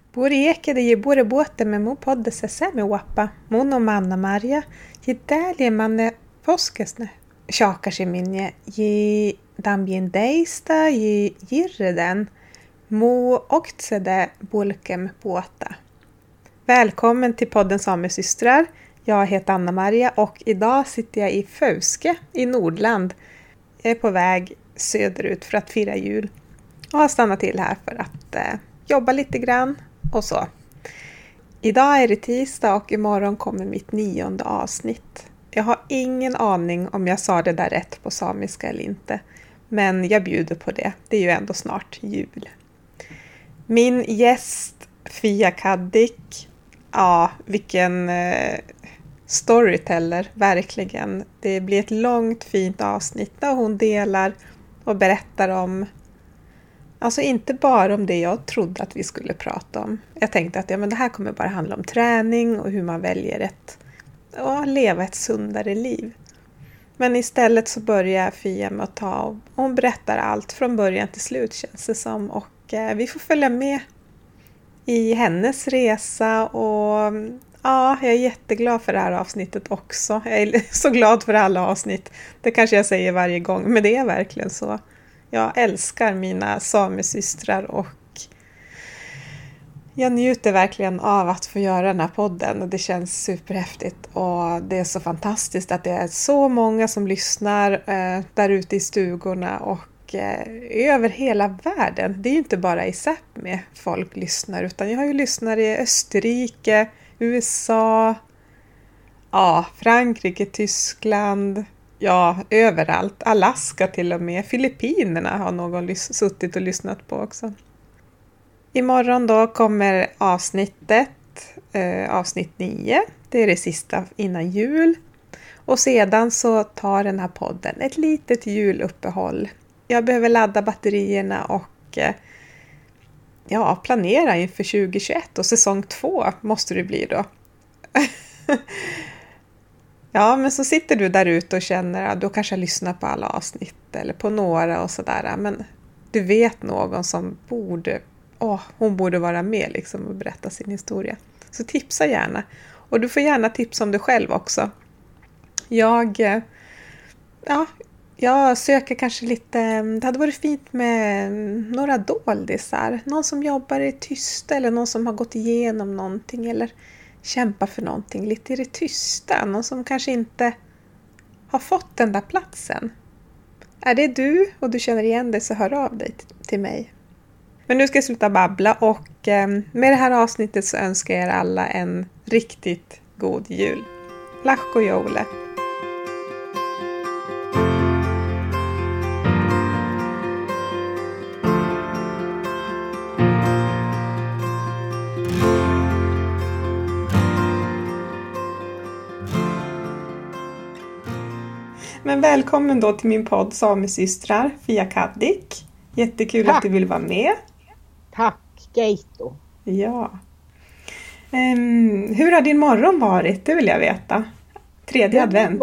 Puri ekede je bure buotemme mu poddessa sämme uappa. Mun on Anna-Maria. Jittäälie manne poskesne. Shakasi minne. Ji dambien deista ji jirreden. Mu oktsede bulkem puota. Välkommen till podden Samesystrar. Jag heter Anna-Maria och idag sitter jag i Fauske i Nordland. Jag är på väg söderut för att fira jul. Och har stannat till här för att jobba lite grann och så. Idag är det tisdag och imorgon kommer mitt 9:e avsnitt. Jag har ingen aning om jag sa det där rätt på samiska eller inte. Men jag bjuder på det. Det är ju ändå snart jul. Min gäst Fia Kaddik. Ja, vilken storyteller, verkligen. Det blir ett långt fint avsnitt där hon delar och berättar om, alltså inte bara om det jag trodde att vi skulle prata om. Jag tänkte att men det här kommer bara handla om träning och hur man väljer att leva ett sundare liv. Men istället så börjar Fia med att hon berättar allt från början till slut, känns det som. Och vi får följa med i hennes resa och ja, jag är jätteglad för det här avsnittet också. Jag är så glad för alla avsnitt. Det kanske jag säger varje gång, men det är verkligen så. Jag älskar mina samesystrar och jag njuter verkligen av att få göra den här podden och det känns superhäftigt. Och det är så fantastiskt att det är så många som lyssnar där ute i stugorna och över hela världen. Det är ju inte bara i Sápmi folk lyssnar, utan jag har ju lyssnare i Österrike, USA, Frankrike, Tyskland, överallt. Alaska till och med. Filippinerna har någon suttit och lyssnat på också. Imorgon då kommer avsnitt 9. Det är det sista innan jul. Och sedan så tar den här podden ett litet juluppehåll. Jag behöver ladda batterierna och planera inför 2021 och säsong 2 måste det bli då. Ja, men så sitter du där ute och känner att du kanske lyssnar på alla avsnitt eller på några och sådär. Men du vet någon som hon borde vara med liksom och berätta sin historia. Så tipsa gärna. Och du får gärna tipsa om dig själv också. Jag söker kanske lite, det hade varit fint med några doldisar. Någon som jobbar i tysta eller någon som har gått igenom någonting eller kämpar för någonting lite i det tysta. Någon som kanske inte har fått den där platsen. Är det du och du känner igen dig så hör av dig till mig. Men nu ska jag sluta babbla och med det här avsnittet så önskar jag er alla en riktigt god jul. Lahko joule! Men välkommen då till min podd Samesystrar, Fia Kaddik. Jättekul Tack. Att du vill vara med. Tack, Keito. Ja. Hur har din morgon varit? Det vill jag veta. 3:e advent.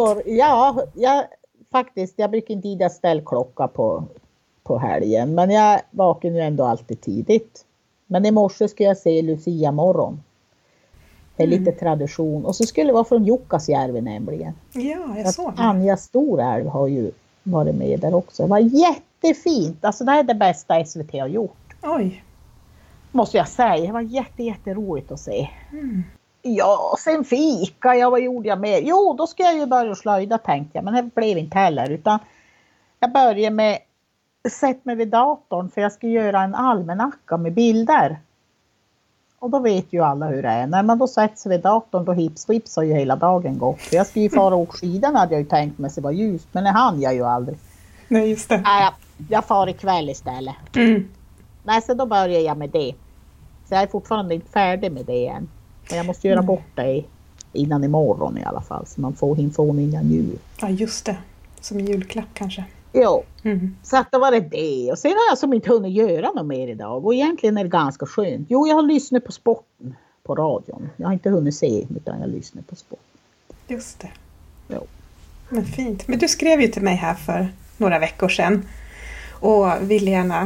Jag brukar inte ida ställklocka på helgen. Men jag vaknar ju ändå alltid tidigt. Men i morse ska jag se Lucia morgon. Det är lite tradition. Och så skulle det vara från Jukkasjärvi nämligen. Ja, jag såg det. Anja Storälv har ju varit med där också. Det var jättefint. Alltså det här är det bästa SVT har gjort. Oj. Måste jag säga. Det var jätteroligt att se. Mm. Ja, sen fika. Vad gjorde jag med? Jo, då ska jag ju börja slöjda tänkte jag. Men det blev inte heller. Utan jag började med sätt mig vid datorn. För jag ska göra en almanacka med bilder. Och då vet ju alla hur det är. När man då sätter sig vid datorn då hips har ju hela dagen gått. För jag ska ju fara och skidan hade jag ju tänkt mig så det var ljust. Men det hann jag ju aldrig. Nej, just det. Jag far ikväll istället. Nej, så då börjar jag med det. Så jag är fortfarande inte färdig med det än. Men jag måste göra bort det innan imorgon i alla fall. Så man får infon innan jul. Ja, just det. Som en julklapp kanske. Jo, så att det var det. Och sen har jag som inte hunnit göra något mer idag. Och egentligen är det ganska skönt. Jo, jag har lyssnat på sporten på radion. Jag har inte hunnit se utan jag lyssnar på sport. Just det. Jo. Men fint. Men du skrev ju till mig här för några veckor sedan. Och ville gärna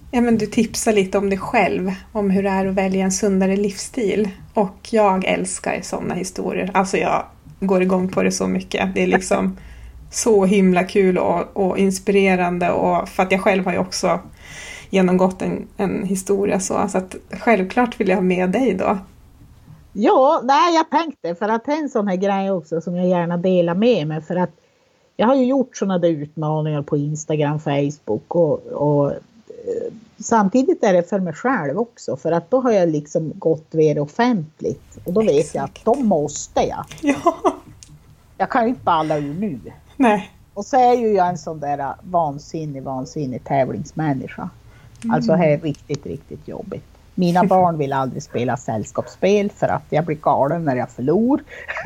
Ja, men du tipsar lite om dig själv, om hur det är att välja en sundare livsstil. Och jag älskar sådana historier. Alltså jag går igång på det så mycket. Det är liksom så himla kul och inspirerande. Och för att jag själv har ju också genomgått en historia så att självklart vill jag ha med dig då. Ja, nej, jag tänkte för att det är en sån här grej också som jag gärna delar med mig. För att jag har ju gjort sådana där utmaningar på Instagram, Facebook och samtidigt är det för mig själv också. För att då har jag liksom gått mer offentligt. Och då vet jag att då måste jag. Ja. Jag kan ju inte balla ur nu. Nej. Och så är ju jag en sån där vansinnig tävlingsmänniska. Alltså det är riktigt, riktigt jobbigt. Mina barn vill aldrig spela sällskapsspel för att jag blir galen när jag förlor.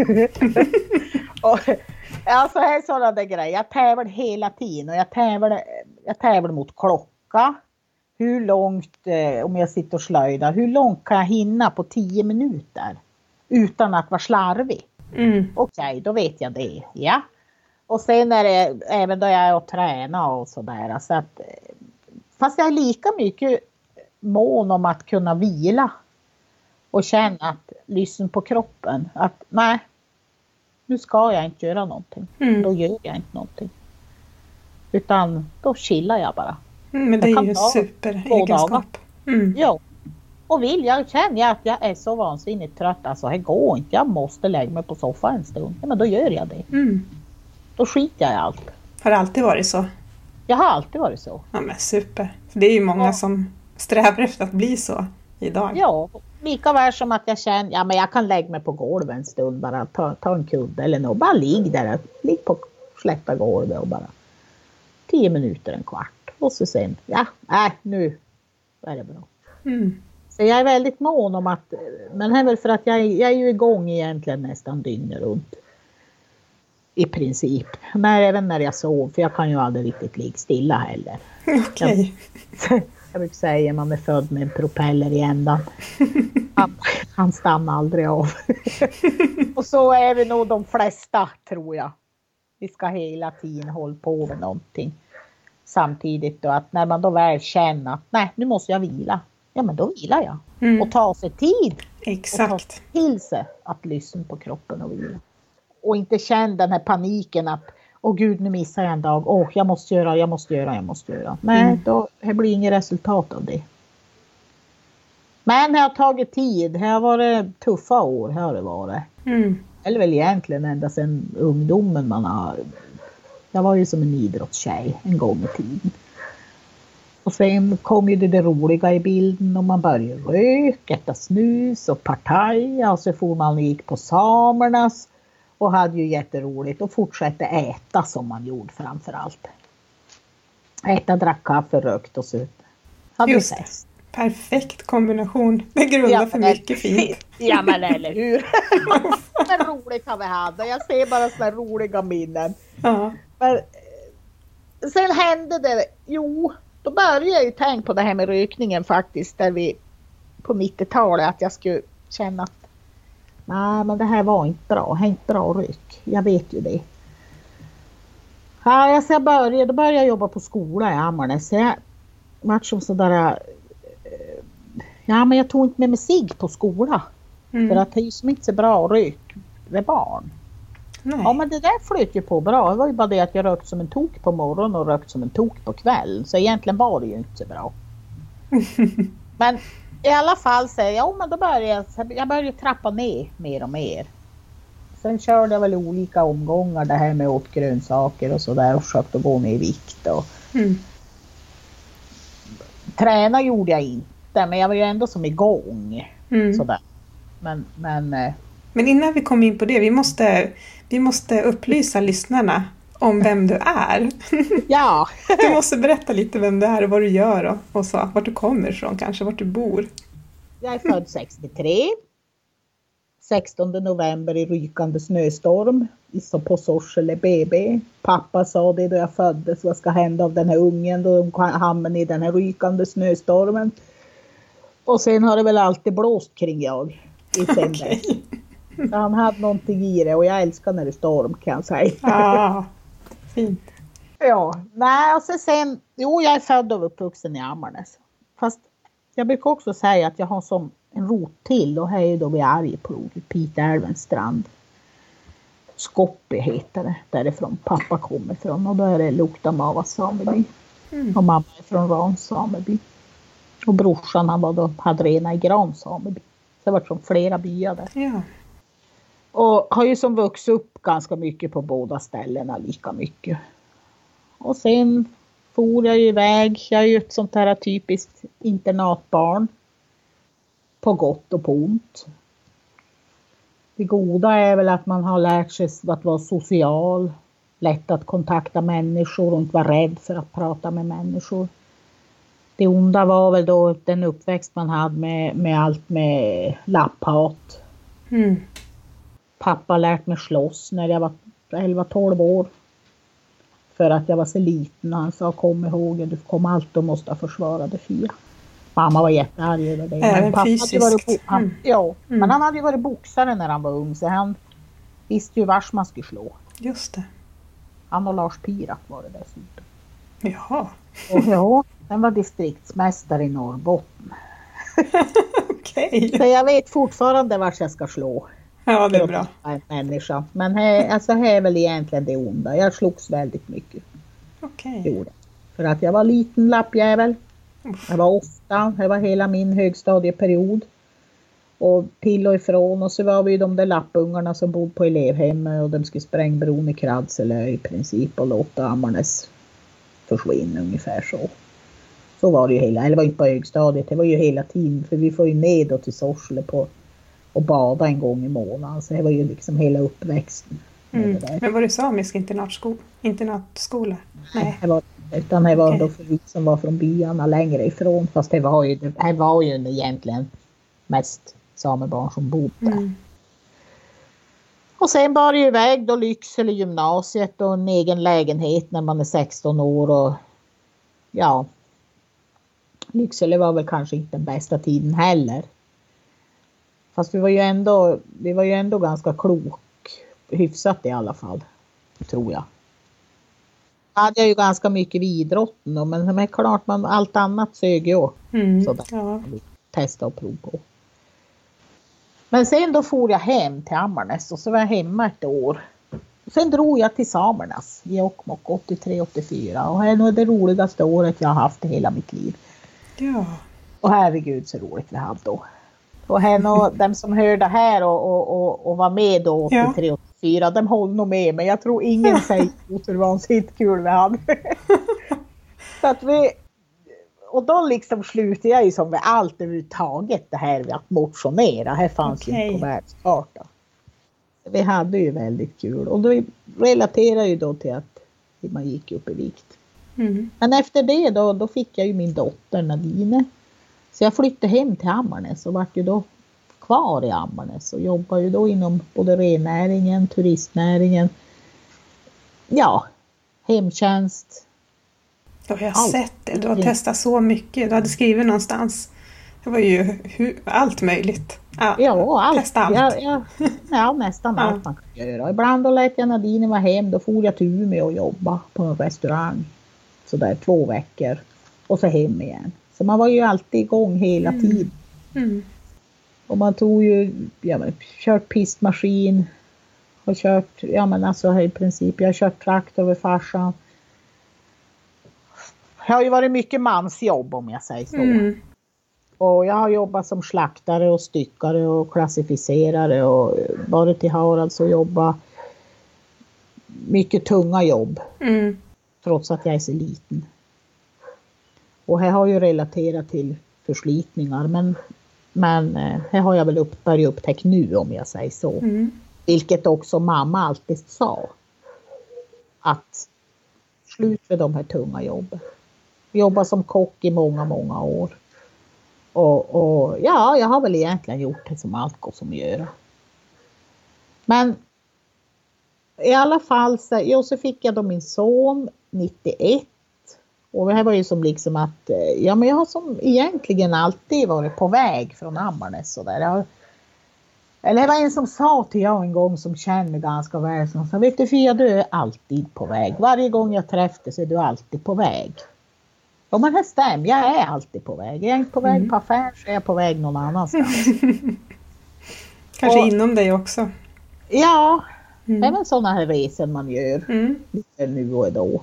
Och, alltså det är sådana där grejer. Jag tävlar hela tiden och jag tävlar mot klocka. Hur långt, om jag sitter och slöjdar, hur långt kan jag hinna på 10 minuter utan att vara slarvig? Okej, då vet jag det. Ja. Och sen är det även då jag är och tränar och sådär. Så att, fast jag är lika mycket mån om att kunna vila och känna att lyssna på kroppen. Att nej, nu ska jag inte göra någonting. Då gör jag inte någonting. Utan då chillar jag bara. Men det är ju superegenskap. Ja. Och känner jag att jag är så vansinnigt trött. Alltså det går inte. Jag måste lägga mig på soffan en stund. Ja, men då gör jag det. Då skiter jag i allt. Har det alltid varit så? Jag har alltid varit så. Ja, men super. För det är ju många som strävar efter att bli så idag. Ja, lika väl som att jag känner, ja men jag kan lägga mig på golvet en stund, bara ta en kudde eller något, bara ligg där, ligg på släppa golvet och bara 10 minuter, en kvart. Och så sen, nu är det bra. Så jag är väldigt mån om att, men det är väl för att jag är ju igång egentligen nästan dygnet runt. I princip. Även när jag sov, för jag kan ju aldrig riktigt ligga stilla heller. Okej. Jag brukar säga att man är född med en propeller i ändan. Han stannar aldrig av. Och så är vi nog de flesta, tror jag. Vi ska hela tiden hålla på med någonting. Samtidigt då att när man då väl känner att nej, nu måste jag vila. Ja, men då vilar jag. Och ta sig tid. Exakt. Och ta till sig att lyssna på kroppen och vila. Och inte känna den här paniken att åh gud, nu missar jag en dag. Jag måste göra. Nej, då det blir inget resultat av det. Men det har tagit tid. Det har varit tuffa år. Har det varit. Eller väl egentligen ända sedan ungdomen jag var ju som en idrottstjej en gång i tiden. Och sen kom ju det roliga i bilden och man började röka, äta snus och partaja. Och så får man gick på samernas. Och hade ju jätteroligt och fortsatte äta som man gjorde framförallt. Äta, drack kaffe, rökt och så. Just det. Perfekt kombination. Det grundar för mycket fint. Ja, men eller hur? Men roligt har vi hade. Jag ser bara sådana roliga minnen. Ja. Men, sen hände det. Då började jag ju tänka på det här med rökningen faktiskt. Där vi på 90-talet att jag skulle känna att nej, men det här var inte bra. Det är inte bra rök. Jag vet ju det. Ja, jag började jobba på skola i Ammarnäs. Jag var som sådär. Ja, men jag tog inte med mig sig på skola. För att det är ju som inte så bra rök med barn. Nej. Ja, men det där flöt ju på bra. Det var ju bara det att jag rökt som en tok på morgonen och rökt som en tok på kvällen. Så egentligen var det ju inte så bra. Men i alla fall säger jag, men då började trappa ner mer och mer. Sen körde jag väl olika omgångar det här med åt grönsaker och sådär och försökte gå ner i vikt. Och träna gjorde jag inte, men jag var ju ändå som igång. Sådär. Men innan vi kommer in på det, vi måste upplysa lyssnarna om vem du är. Ja. Du måste berätta lite vem du är och vad du gör och så. Vart du kommer ifrån kanske, vart du bor. Jag är född 63. 16 november i rykande snöstorm. På Sorsele BB. Pappa sa det då jag föddes. Vad ska hända av den här ungen då de hamnar i den här rykande snöstormen. Och sen har det väl alltid blåst kring jag. Okay. Så han hade någonting i det och jag älskar när det storm kan jag säga. Ah, fint. Ja, nej och sen jag är född och uppvuxen i Ammarnäs. Fast jag brukar också säga att jag har som en rot till, och här är ju då vid Arjeplog, Piteälvens strand. Skoppe heter det, därifrån pappa kommer ifrån, och då är det Luktamava sameby. Och mamma är från Rans sameby. Och brorsan han var då, hade rena i Gran sameby. Så det var från flera byar där. Ja. Och har ju som vuxit upp ganska mycket på båda ställena, lika mycket. Och sen for jag ju iväg. Jag är ju ett sånt här typiskt internatbarn. På gott och på ont. Det goda är väl att man har lärt sig att vara social. Lätt att kontakta människor och inte vara rädd för att prata med människor. Det onda var väl då den uppväxt man hade med allt med lapphat. Pappa lärt mig slåss när jag var 11-12 år. För att jag var så liten, och han sa kom ihåg, du kommer alltid måste försvara det fria. Mamma var jättearg över det. Även fysiskt. Men han hade ju varit boxare när han var ung, så han visste ju vars man skulle slå. Just det. Han och Lars Pirak var det dessutom. Jaha. Och ja, den var distriktsmästare i Norrbotten. Okej. Så jag vet fortfarande vart jag ska slå. Ja, det är bra. En människa. Men här är väl egentligen det onda. Jag slogs väldigt mycket. Okej. För att jag var liten lappjävel. Jag var ofta. Det var hela min högstadieperiod. Och till och ifrån. Och så var vi ju de där lappungarna som bodde på elevhemmet. Och de skulle spränga bron i Kradsele i princip. Och låta Ammarnäs försvinna ungefär så. Så var det ju hela. Eller det var inte på högstadiet. Det var ju hela tiden. För vi får ju ner då till Sorsele på och bada en gång i månaden. Så det var ju liksom hela uppväxten. Men var det samisk internatskola? Nej. Utan det var då för vi som var från byarna längre ifrån. Fast det var ju egentligen mest samebarn som bodde där. Och sen bar det ju iväg då Lycksele gymnasiet och en egen lägenhet när man är 16 år. Och ja, Lycksele var väl kanske inte den bästa tiden heller. Fast vi var ju ändå ganska klok, hyfsat i alla fall, tror jag. Jag hade ju ganska mycket vid idrotten då, men det är klart allt annat sög ju. Sådär. Ja. Testa och prova på. Men sen då for jag hem till Ammarnäs och så var jag hemma ett år. Sen drog jag till Samernas i Jokkmokk 83-84 och det är nog det roligaste året jag har haft i hela mitt liv. Ja. Och herregud så roligt vi hade då. Och de som hörde här och var med då 83-84, de håller nog med. Men jag tror ingen säger att det var en sitt kul vi hade. Så att och då liksom slutade jag ju som med allt överhuvudtaget det här med att motionera. Här fanns ju på världskartan. Vi hade ju väldigt kul. Och då relaterar ju då till att man gick upp i vikt. Men efter det då fick jag ju min dotter Nadine. Så jag flyttade hem till Ammarnäs och var ju då kvar i Ammarnäs och jobbade ju då inom både rennäringen, turistnäringen, ja, hemtjänst. Då har jag sett det. Du har testat så mycket. Du hade skrivit någonstans. Det var ju allt möjligt. Ja, allt. Testa allt. Ja, nästan allt man kan göra. Ibland då lät jag Nadine vara hem. Då for jag till Umeå och jobba på en restaurang. Så där 2 veckor. Och så hem igen. Så man var ju alltid igång hela tiden. Och man tog ju, kört pistmaskin. Och kört, i princip, jag har kört traktor med farsan. Jag har ju varit mycket mansjobb om jag säger så. Och jag har jobbat som slaktare och styckare och klassificerare. Och varit till Harads och jobbat mycket tunga jobb. Trots att jag är så liten. Och här har ju relaterat till förslitningar. Men här har jag väl börjat upptäcka nu om jag säger så. Vilket också mamma alltid sa. Att slut med de här tunga jobben. Jobba som kock i många, många år. Och ja, jag har väl egentligen gjort det som allt går som göra. Men i alla fall så fick jag då min son 91. Och det här var ju som liksom att, men jag har som egentligen alltid varit på väg från Ammarnäs och där. Eller det var en som sa till jag en gång som känner ganska väl. Som sa, vet du Fia, du är alltid på väg. Varje gång jag träffar så är du alltid på väg. Ja, men det stämmer. Jag är alltid på väg. Jag är inte på väg på affär, så är jag på väg någon annanstans. Kanske inom dig också. Ja, även sådana här resor man gör. Lite nu och då.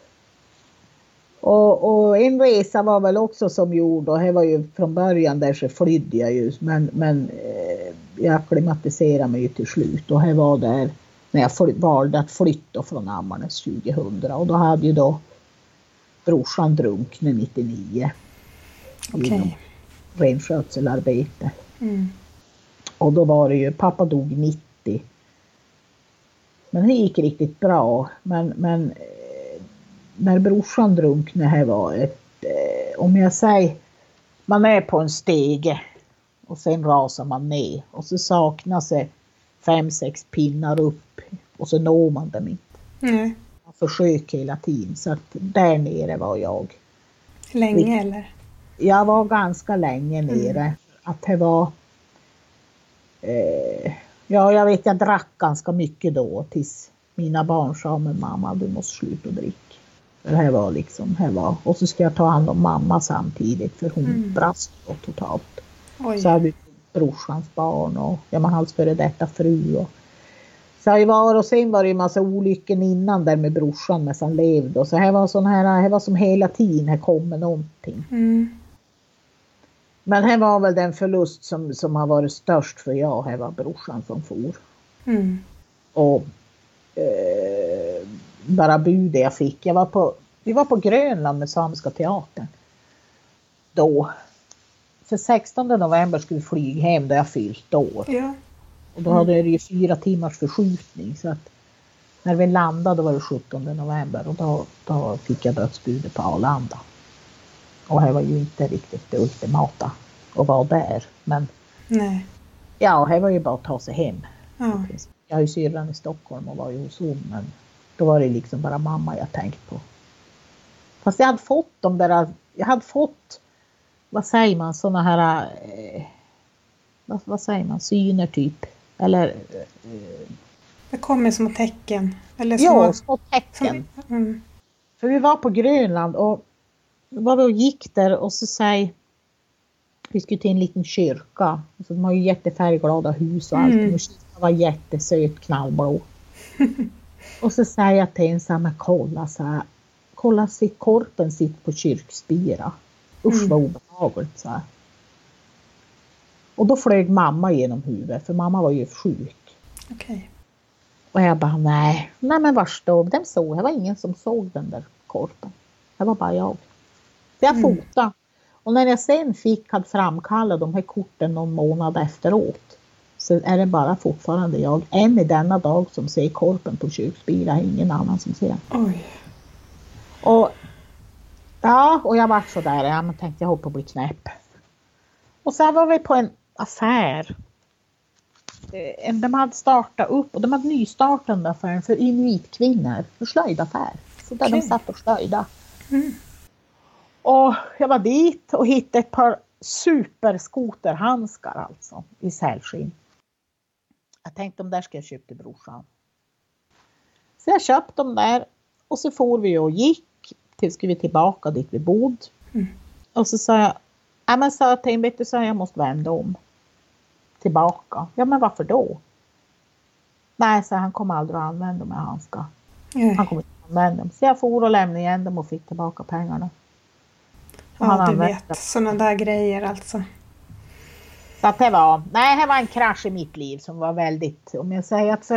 Och en resa var väl också som gjord. Och det var ju från början där så flydde jag ju. Men jag akklimatiserade mig ju till slut. Och det var där när jag valde att flytta från Ammarnäs 2000. Och då hade ju då brorsan drunknat 99. Okej. Renskötselarbete. Och då var det ju, pappa dog 90. Men det gick riktigt bra. Men när brorsan drunknade, här var ett, om jag säger, man är på en stege och sen rasar man ner. Och så saknas det 5-6 pinnar upp och så når man dem inte. Man försöker hela tiden, så att där nere var jag. Länge eller? Jag var ganska länge nere. Att det var... ja, jag vet, jag drack ganska mycket då tills mina barn sa, men mamma, du måste sluta dricka. Det här var liksom, och så ska jag ta hand om mamma samtidigt, för hon brast då totalt. Så hade vi brorsans barn och hans före detta fru. Och, så jag var, och sen var det ju massa olyckor innan där med brorsan medan han levde. Och så här var som hela tiden, här kommer någonting. Men här var väl den förlust som har varit störst för jag. Här var brorsan som for. Och bara bud jag fick. Vi var på Grönland med Samiska teatern. Då. För 16 november skulle vi flyga hem där jag fyllt år. Ja. Och då hade det ju 4 timmars förskjutning. Så att när vi landade var det 17 november. Och då fick jag dödsbudet på Arlanda. Och det var ju inte riktigt det ultimata att vara där. Men nej. Ja, det var ju bara att ta sig hem. Ja. Jag har ju syrran i Stockholm och var ju hos hon. Men då var det liksom bara mamma jag tänkt på. Fast jag hade fått de där... Jag hade fått... Vad säger man? Såna här... vad säger man? Syner typ. Eller... det kommer små tecken. Eller små tecken. Som, För vi var på Grönland och... var vi och gick där och så säger... Vi skulle till en liten kyrka. Så de har ju jättefärgglada hus och allt. Och kyrkan var jättesöt, knallblå. Och så säger jag till en samma kolla så här. Kolla sitt korpen sitt på kyrkspira. Usch vad obehagligt så här. Och då flög mamma genom huvudet. För mamma var ju sjuk. Okej. Och jag bara nej men var stod den så? Det var ingen som såg den där korpen. Det var bara jag. Så jag fotade. Och när jag sen hade framkallat de här korten någon månad efteråt. Så är det bara fortfarande jag. Än i denna dag som ser korpen på kyrkspira. Ingen annan som ser. Oj. Och jag var så där. Jag tänkte jag hoppas att bli knäpp. Och så var vi på en affär. De hade startat upp. Och de hade nystartat den affären för inuitkvinnor. För slöjdaffär. Så där de satt och slöjda. Och jag var dit och hittade ett par superskoterhandskar alltså. I sälskinn. Jag tänkte om där ska jag köpa till brorsan. Så jag köpte dem där. Och så får vi och gick. Tills vi tillbaka dit vi bodde. Och så sa jag. Ja men sa jag till mig. Jag måste vända om. Tillbaka. Ja men varför då? Nej så han kommer aldrig att använda de här handskar. Han kommer inte att använda dem. Så jag får och lämnade igen dem och fick tillbaka pengarna. Ja, du vet. Sådana där grejer alltså. Så att det var en krasch i mitt liv som var väldigt, om jag säger att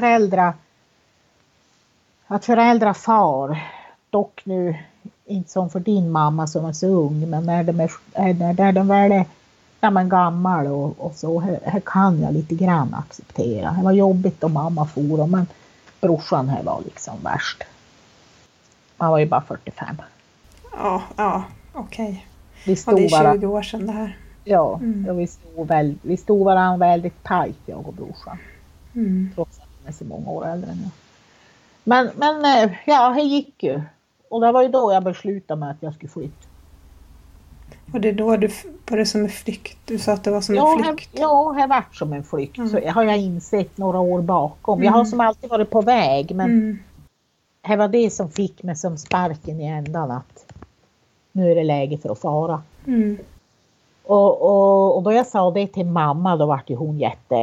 föräldrar far, dock nu inte som för din mamma som är så ung, men när de väl är gammal och så, här kan jag lite grann acceptera. Det var jobbigt om mamma for, men brorsan här var liksom värst. Han var ju bara 45. Ja, okej. Det är 20 år sedan det här. Ja, och vi stod varandra väldigt tajt, jag och brorsan. Trots att han är så många år äldre än jag. Men det gick ju. Och det var ju då jag beslutade mig att jag skulle flytta. Och det är då var det som en flykt? Du sa att det var som en flykt? Ja, det har varit som en flykt. Så har jag insett några år bakom. Jag har som alltid varit på väg. Men det var det som fick mig som sparken i ändan. Att nu är det läge för att fara. Mm. Och då jag sa det till mamma, då var ju hon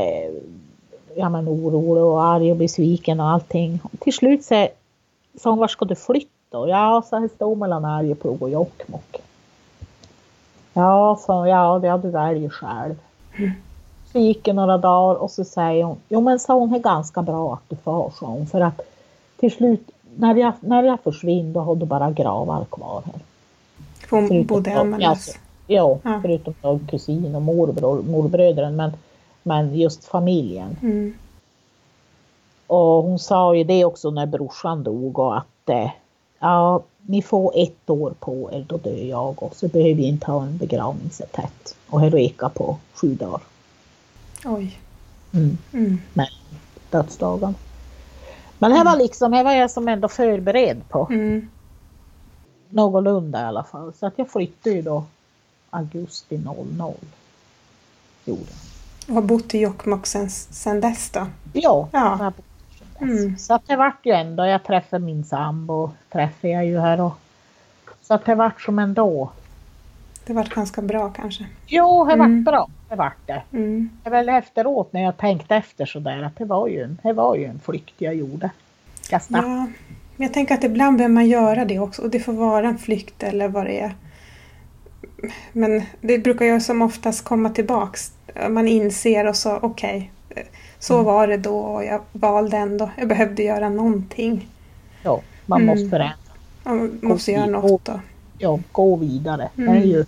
orolig och arg och besviken och allting. Och till slut sa hon, var ska du flytta? Ja, så här står mellan Arjeplog och Jokkmokk. Ja, det hade du väljer själv. Mm. Så gick det några dagar och så säger hon, jo men sa hon, är ganska bra att du far, sa hon. För att till slut, när jag försvinner, då har du bara gravar kvar här. Hon bodde annorlunda. Ja, förutom då kusin och morbrödren, men just familjen. Mm. Och hon sa ju det också när brorsan dog, och att ni får 1 år på er, då dör jag, och så behöver vi inte ha en begravningstätt. Och här reka på 7 dagar. Oj. Men dödsdagen. Men här var jag som ändå förberedd på. Någorlunda i alla fall. Så att jag flyttade ju då augusti 00. Gjorde. Och har bott i Jokkmokk sen dess då? Ja. Jag har bott sedan dess. Så att det vart ju ändå, jag träffade min sambo, träffade jag ju här, och så att det vart som ändå. Det vart ganska bra kanske? Jo, det vart bra. Det vart det. Det är väl efteråt när jag tänkte efter sådär, att det var ju en flykt jag gjorde. Ja, men jag tänker att ibland behöver man göra det också, och det får vara en flykt eller vad det är. Men det brukar ju som oftast komma tillbaks. Man inser och så, okej, så var det då, och jag valde ändå. Jag behövde göra någonting. Ja, man måste förändra. Man måste göra något då. Ja, gå vidare. Det är ju.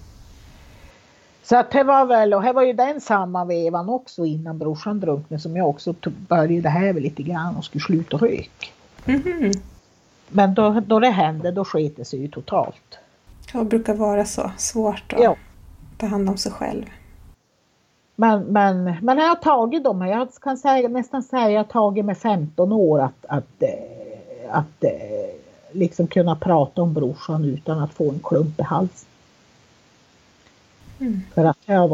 Så att det var väl, och det var ju den samma vevan också innan brorsan drunknade, som jag också började det här lite grann och skulle sluta rök. Men då det hände, då sket det sig ju totalt. Det brukar vara så svårt att ta hand om sig själv. Men jag har tagit dem här. Jag kan nästan säga jag har tagit med 15 år att liksom kunna prata om brorsan utan att få en klump i halsen. För att jag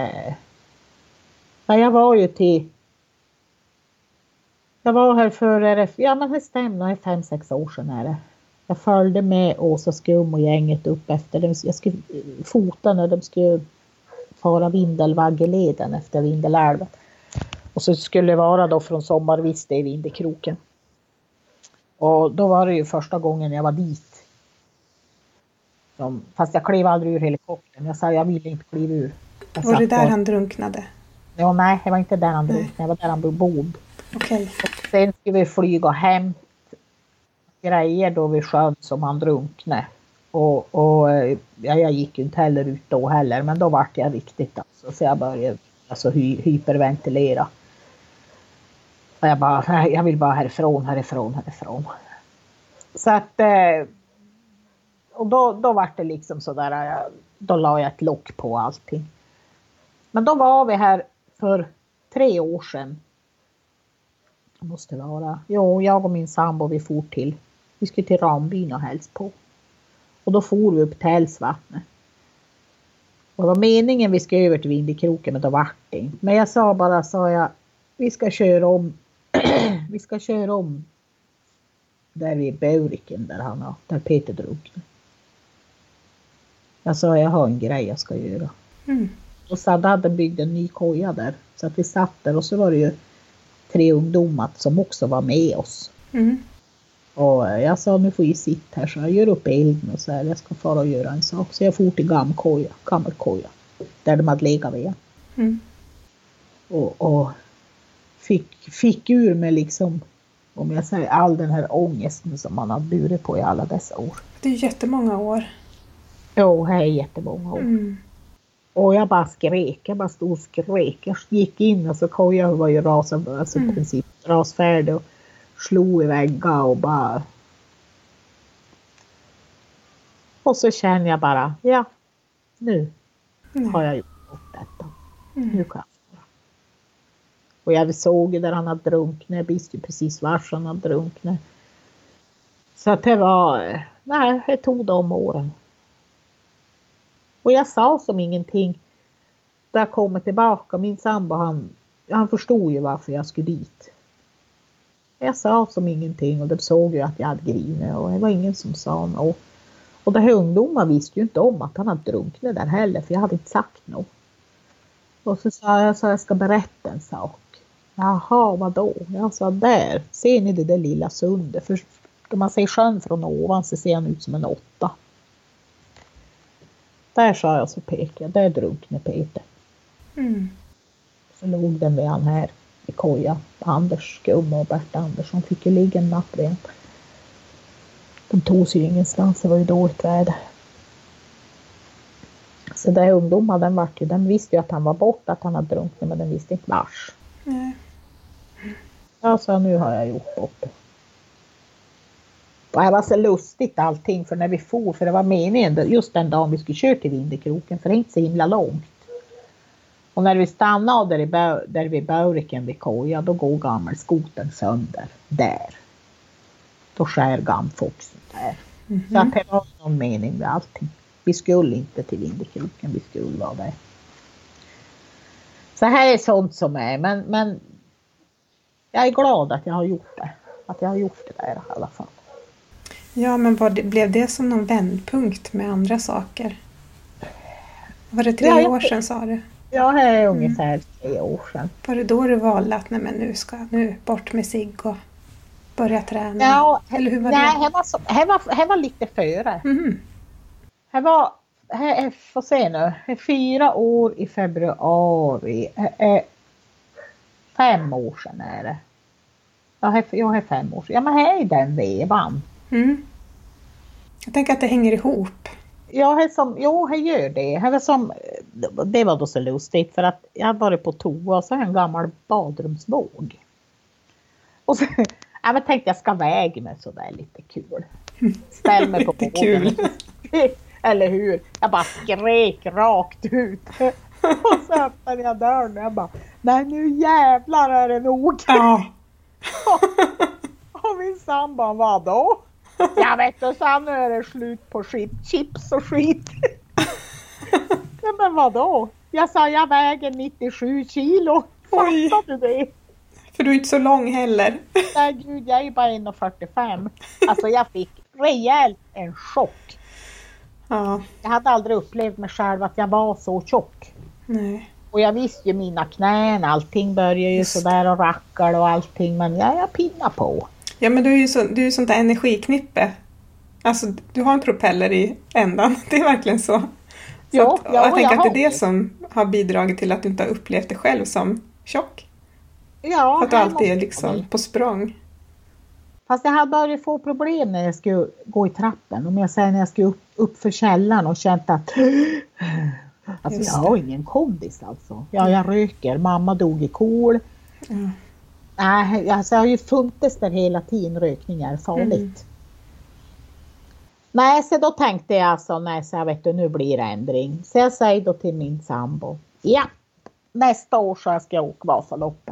var här för, det stämmer, 5-6 år sedan är det. Jag följde med Åsa Skum och gänget upp efter dem. Jag skulle fota när de skulle fara Vindelvaggeleden efter Vindelälven. Och så skulle det vara då från Sommarviste i Vindekroken. Och då var det ju första gången jag var dit. Fast jag klev aldrig ur helikoptern. Jag sa jag ville inte kliva ur. Var det där han drunknade? Ja, nej, det var inte där han drunknade. Det var där han bodde. Okej. Och sen skulle vi flyga hem grejer då vid sjön som han drunknade. Och jag gick ju inte heller ut då heller. Men då vart jag riktigt alltså. Så jag började hyperventilera. Och jag vill bara härifrån. Så att och då var det liksom sådär, då la jag ett lock på allting. Men då var vi här för 3 år sedan. Det måste vara. Jo, jag och min sambo vi skulle till Rambyn och hälsa på. Och då for vi upp till Älvsvattnet. Och det var meningen vi ska över till Vindekroken, men då vart det inte. Men jag sa jag, vi ska köra om där vid Beuriken där Peter drunknade. Jag sa jag har en grej jag ska göra. Och så hade byggt en ny koja där. Så att vi satt där och så var det ju 3 ungdomar som också var med oss. Och jag sa nu får vi sitta här så jag gör upp elden och så här. Jag ska fara och göra en sak. Så jag for till gammelkoja. Där de hade legat vid. Och fick ur mig liksom, om jag säger, all den här ångesten som man har burit på i alla dessa år. Det är jättemånga år. Jo, det är jättemånga år. Och jag bara skrek, jag stod och skrek. Jag gick in och så kojan var ju i princip rasfärdig och slog i väggar och bara. Och så känner jag bara, nu har jag gjort detta. Nu kan jag. Och jag såg där han hade drunknat, jag visste precis var han hade drunknat. Så att det var, det tog de åren. Och jag sa som ingenting. Där jag kom tillbaka. Min sambo han förstod ju varför jag skulle dit. Jag sa som ingenting. Och de såg ju att jag hade grinit. Och det var ingen som sa något. Och det här ungdomar visste ju inte om att han hade drunknat där heller, för jag hade inte sagt något. Och så sa jag så jag ska berätta en sak. Jaha, vadå? Jag sa där, ser ni det där lilla sundet? För om man ser sjön från ovan så ser han ut som en 8. Där sa jag, så pekade jag, där drunknade Peter. Så låg den med han här i koja. Anders Skumma och Bert Andersson fick ju ligga en natt igen. De tog sig ju ingenstans, det var ju dåligt väder. Så där ungdomar, den visste ju att han var borta, att han hade drunknat, men den visste inte vars. Nej. Ja, så nu har jag gjort bort det. Och det var så lustigt allting, för när vi for, för det var meningen just den dagen vi skulle köra till Vindekroken, för det är inte så himla långt. Och när vi stannade där vid Bauriken vid koja, då går gammelskoten sönder där. Då skär gamfoxen där. Så att det var någon mening med allting. Vi skulle inte till Vindekroken, vi skulle vara där. Så här är sånt som är, men jag är glad att jag har gjort det. Att jag har gjort det där i alla fall. Ja, men blev det som någon vändpunkt med andra saker? Var det 3 år sedan, sa du? Ja, det är ungefär 3 år sedan. Var det då du valde att nu bort med sig och börja träna? Ja, eller hur var det? Det var lite före. Det var, får se nu, 4 år i februari. 5 år sedan är det. Jag har 5 år sedan. Ja, men här är den vevan. Jag tänker att det hänger ihop. Ja, jag gör det. Det var då så lustigt, för att jag hade varit på toa och så en gammal badrumsvåg. Och så tänkte jag ska väga mig så där lite kul. Ställ mig på båten. Kul. Eller hur? Jag bara skrek rakt ut. Och så öppnade jag dörren och jag bara, nej nu jävlar är det nog. Ja. Och min sambo, vadå? Jag vet inte, så nu är det slut på chips och skit. Ja, men vadå? Jag sa, jag väger 97 kilo. Fattar du det? För du är inte så lång heller. Nej gud, jag är bara 1,45. Alltså jag fick rejält en chock. Ja. Jag hade aldrig upplevt mig själv att jag var så tjock. Nej. Och jag visste ju mina knän, allting börjar ju sådär och rackar och allting. Men jag pinnar på. Ja, men du är ju sånt där energiknippe. Alltså, du har en propeller i ändan. Det är verkligen så. Jag tänker att det är det som har bidragit till att du inte har upplevt dig själv som tjock. Ja. För att du alltid är liksom på språng. Fast jag hade börjat få problem när jag skulle gå i trappen. Om jag säger när jag skulle upp för källaren och känt att alltså jag har ingen kondis alltså. Ja, jag röker. Mamma dog i kol. Nej, alltså jag har ju funnits där hela tiden. Rökning är farligt. Nej, så då tänkte jag alltså, så jag vet du, nu blir det ändring. Så jag säger då till min sambo, ja, nästa år så ska jag åka Vasaloppet.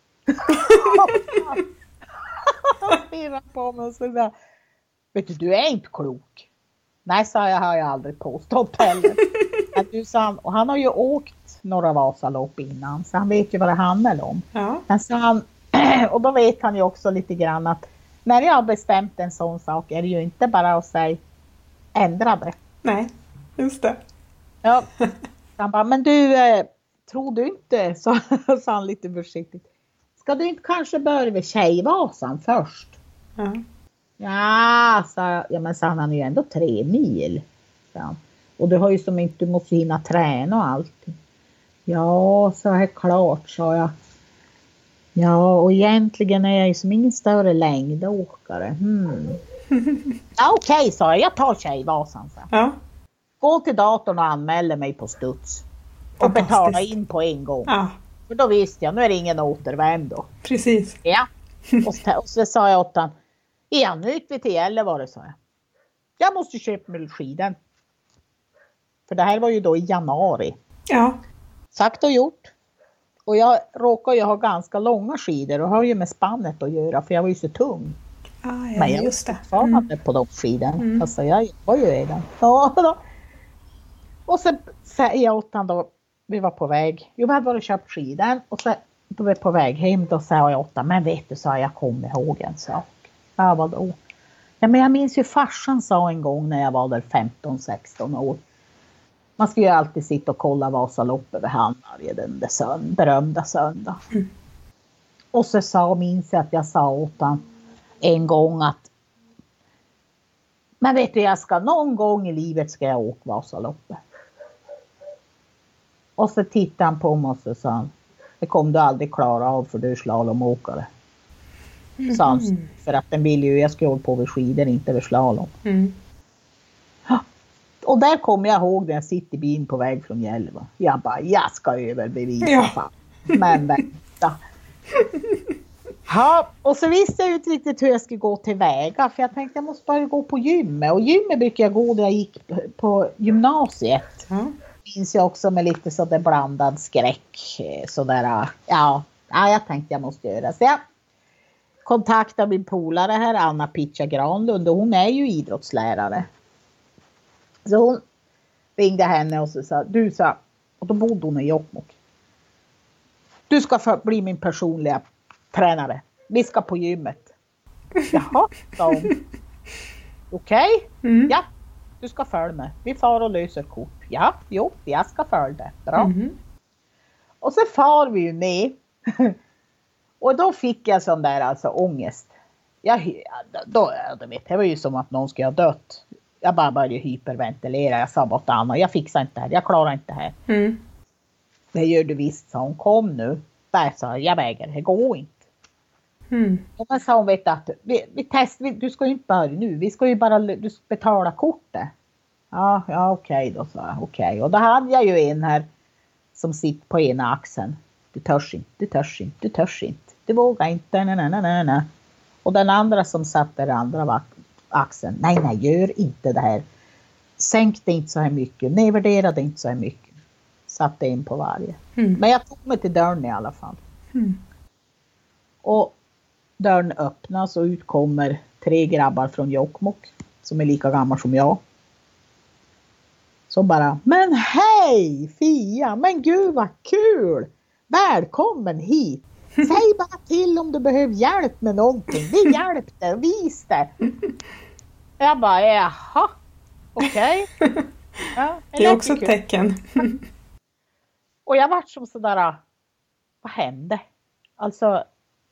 Han stirrar på mig och sådär, vet du är inte klok. Nej, sa jag, har jag aldrig påstått heller. Du, sa han, och han har ju åkt några Vasalopp innan, så han vet ju vad det handlar om. Ja. Men så han, och då vet han ju också lite grann att när jag har bestämt en sån sak är det ju inte bara att säga ändra det. Nej, just det. Ja. Han bara, men du, tror du inte, så sa han lite försiktigt. Ska du inte kanske börja med Tjejvasan först? Ja, sa jag, men sa han är ju ändå 3 mil. Ja. Och du har ju som inte, du måste hinna träna och allt. Ja, så är klart, sa jag. Ja, och egentligen är jag ju som ingen större längdåkare. Ja, okej, sa jag tar Tjejvasan. Ja. Gå till datorn och anmäla mig på studs. Och betala in på en gång. Ja. För då visste jag, nu är det ingen återvändo. Precis. Ja. Och så sa jag åt han, ja, nu gick vi till Gällivare, sa jag. Jag måste köpa mig skiden. För det här var ju då i januari. Ja. Sagt och gjort. Och jag råkar ju ha ganska långa skidor och har ju med spannet att göra, för jag var ju så tung. Ja, men jag just det. fortfarande på de skidorna. Alltså jag var ju redan. Ja, då. Och så säger jag åt han då, vi var på väg. Jo, vi hade varit och köpt skidor. Och så då vi på väg hem, då sa jag åt han, men vet du, så jag kom ihåg en sak. Ja, vadå? Ja, men jag minns ju farsan sa en gång när jag var där 15-16 år. Man skulle ju alltid sitta och kolla Vasaloppet vid Hammarby den där berömda söndag. Mm. Och så minns jag att jag sa åt han en gång att men vet du, någon gång i livet ska jag åka Vasaloppet. Och så tittade han på mig och så sa han, det kommer du aldrig klara av för du är slalomåkare. Mm. Sa han, för att den ville ju, jag skulle hålla på vid skidor, inte vid slalom. Mm. Och där kommer jag ihåg när jag sitter i bilen på väg från Gällivare. Jag bara, jag ska överbevisa. Ja. Men vänta. Ja, och så visste jag ju inte riktigt hur jag skulle gå till väga. För jag tänkte jag måste bara gå på gymmet. Och gymmet brukar jag gå när jag gick på gymnasiet. Mm. Minns jag också med lite sådär blandad skräck. Sådär, ja, jag tänkte jag måste göra. Så jag kontaktade min polare här, Anna Pitcha Granlund. Och hon är ju idrottslärare. Så hon ringde henne och så sa, du sa, och då bodde hon i Jokkmokk. Du ska bli min personliga tränare. Vi ska på gymmet. Jaha, sa hon. Okej, ja, du ska följa med. Vi far och löser kort. Ja, jo, jag ska följa det. Bra. Mm. Och så far vi ju ner. Och då fick jag sån där alltså ångest. Du vet, det var ju som att någon skulle ha dött. Jag bara började hyperventilera. Jag sa åt Anna, jag fixar inte det här. Jag klarar inte det här. Mm. Det gör du visst, sa hon. Kom nu. Där sa jag väger. Det går inte. Mm. Och så sa hon, vet att vi testar. Du ska ju inte börja nu. Vi ska ju bara betala kortet. Ja, okej då, sa jag. Okej. Och då hade jag ju en här som sitter på ena axeln. Du törs inte. Du vågar inte. Nej. Och den andra som satt där andra axeln. Nej, gör inte det här. Sänk det inte så här mycket. Nedvärdera det inte så här mycket. Satte in på varje. Mm. Men jag tog mig till dörren i alla fall. Mm. Och dörren öppnas och ut kommer 3 grabbar från Jokkmokk. Som är lika gamla som jag. Som bara, men hej Fia, men gud vad kul. Välkommen hit. Säg bara till om du behöver hjälp med någonting. Vi hjälpte, vis det. Jag bara, jaha, okej. Ja, det är också ett tecken. Och jag var som sådär, vad hände? Alltså,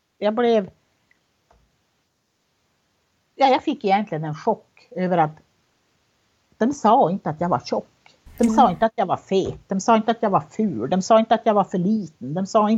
jag fick egentligen en chock över att de sa inte att jag var tjock. De sa inte att jag var fet. De sa inte att jag var ful. De sa inte att jag var för liten.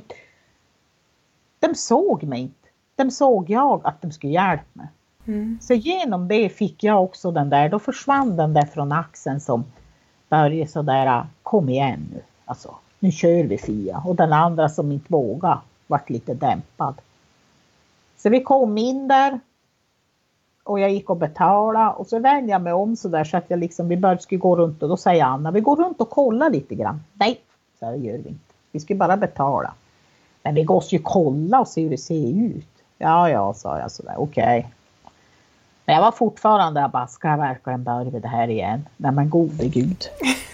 De såg mig inte. De såg jag att de skulle hjälpa mig. Mm. Så genom det fick jag också den där. Då försvann den där från axeln som började sådär, kom igen nu. Alltså, nu kör vi Fia. Och den andra som inte vågade vart lite dämpad. Så vi kom in där. Och jag gick och betalade. Och så vände jag mig om så där så att jag liksom, vi började skulle gå runt. Och då säger Anna, vi går runt och kollar lite grann. Nej, så det gör vi inte. Vi ska bara betala. Men vi går ju kolla och se hur det ser ut. Ja, sa jag sådär. Okej. Men jag var fortfarande, jag bara, ska jag verkligen börja med det här igen? Nej men gode gud.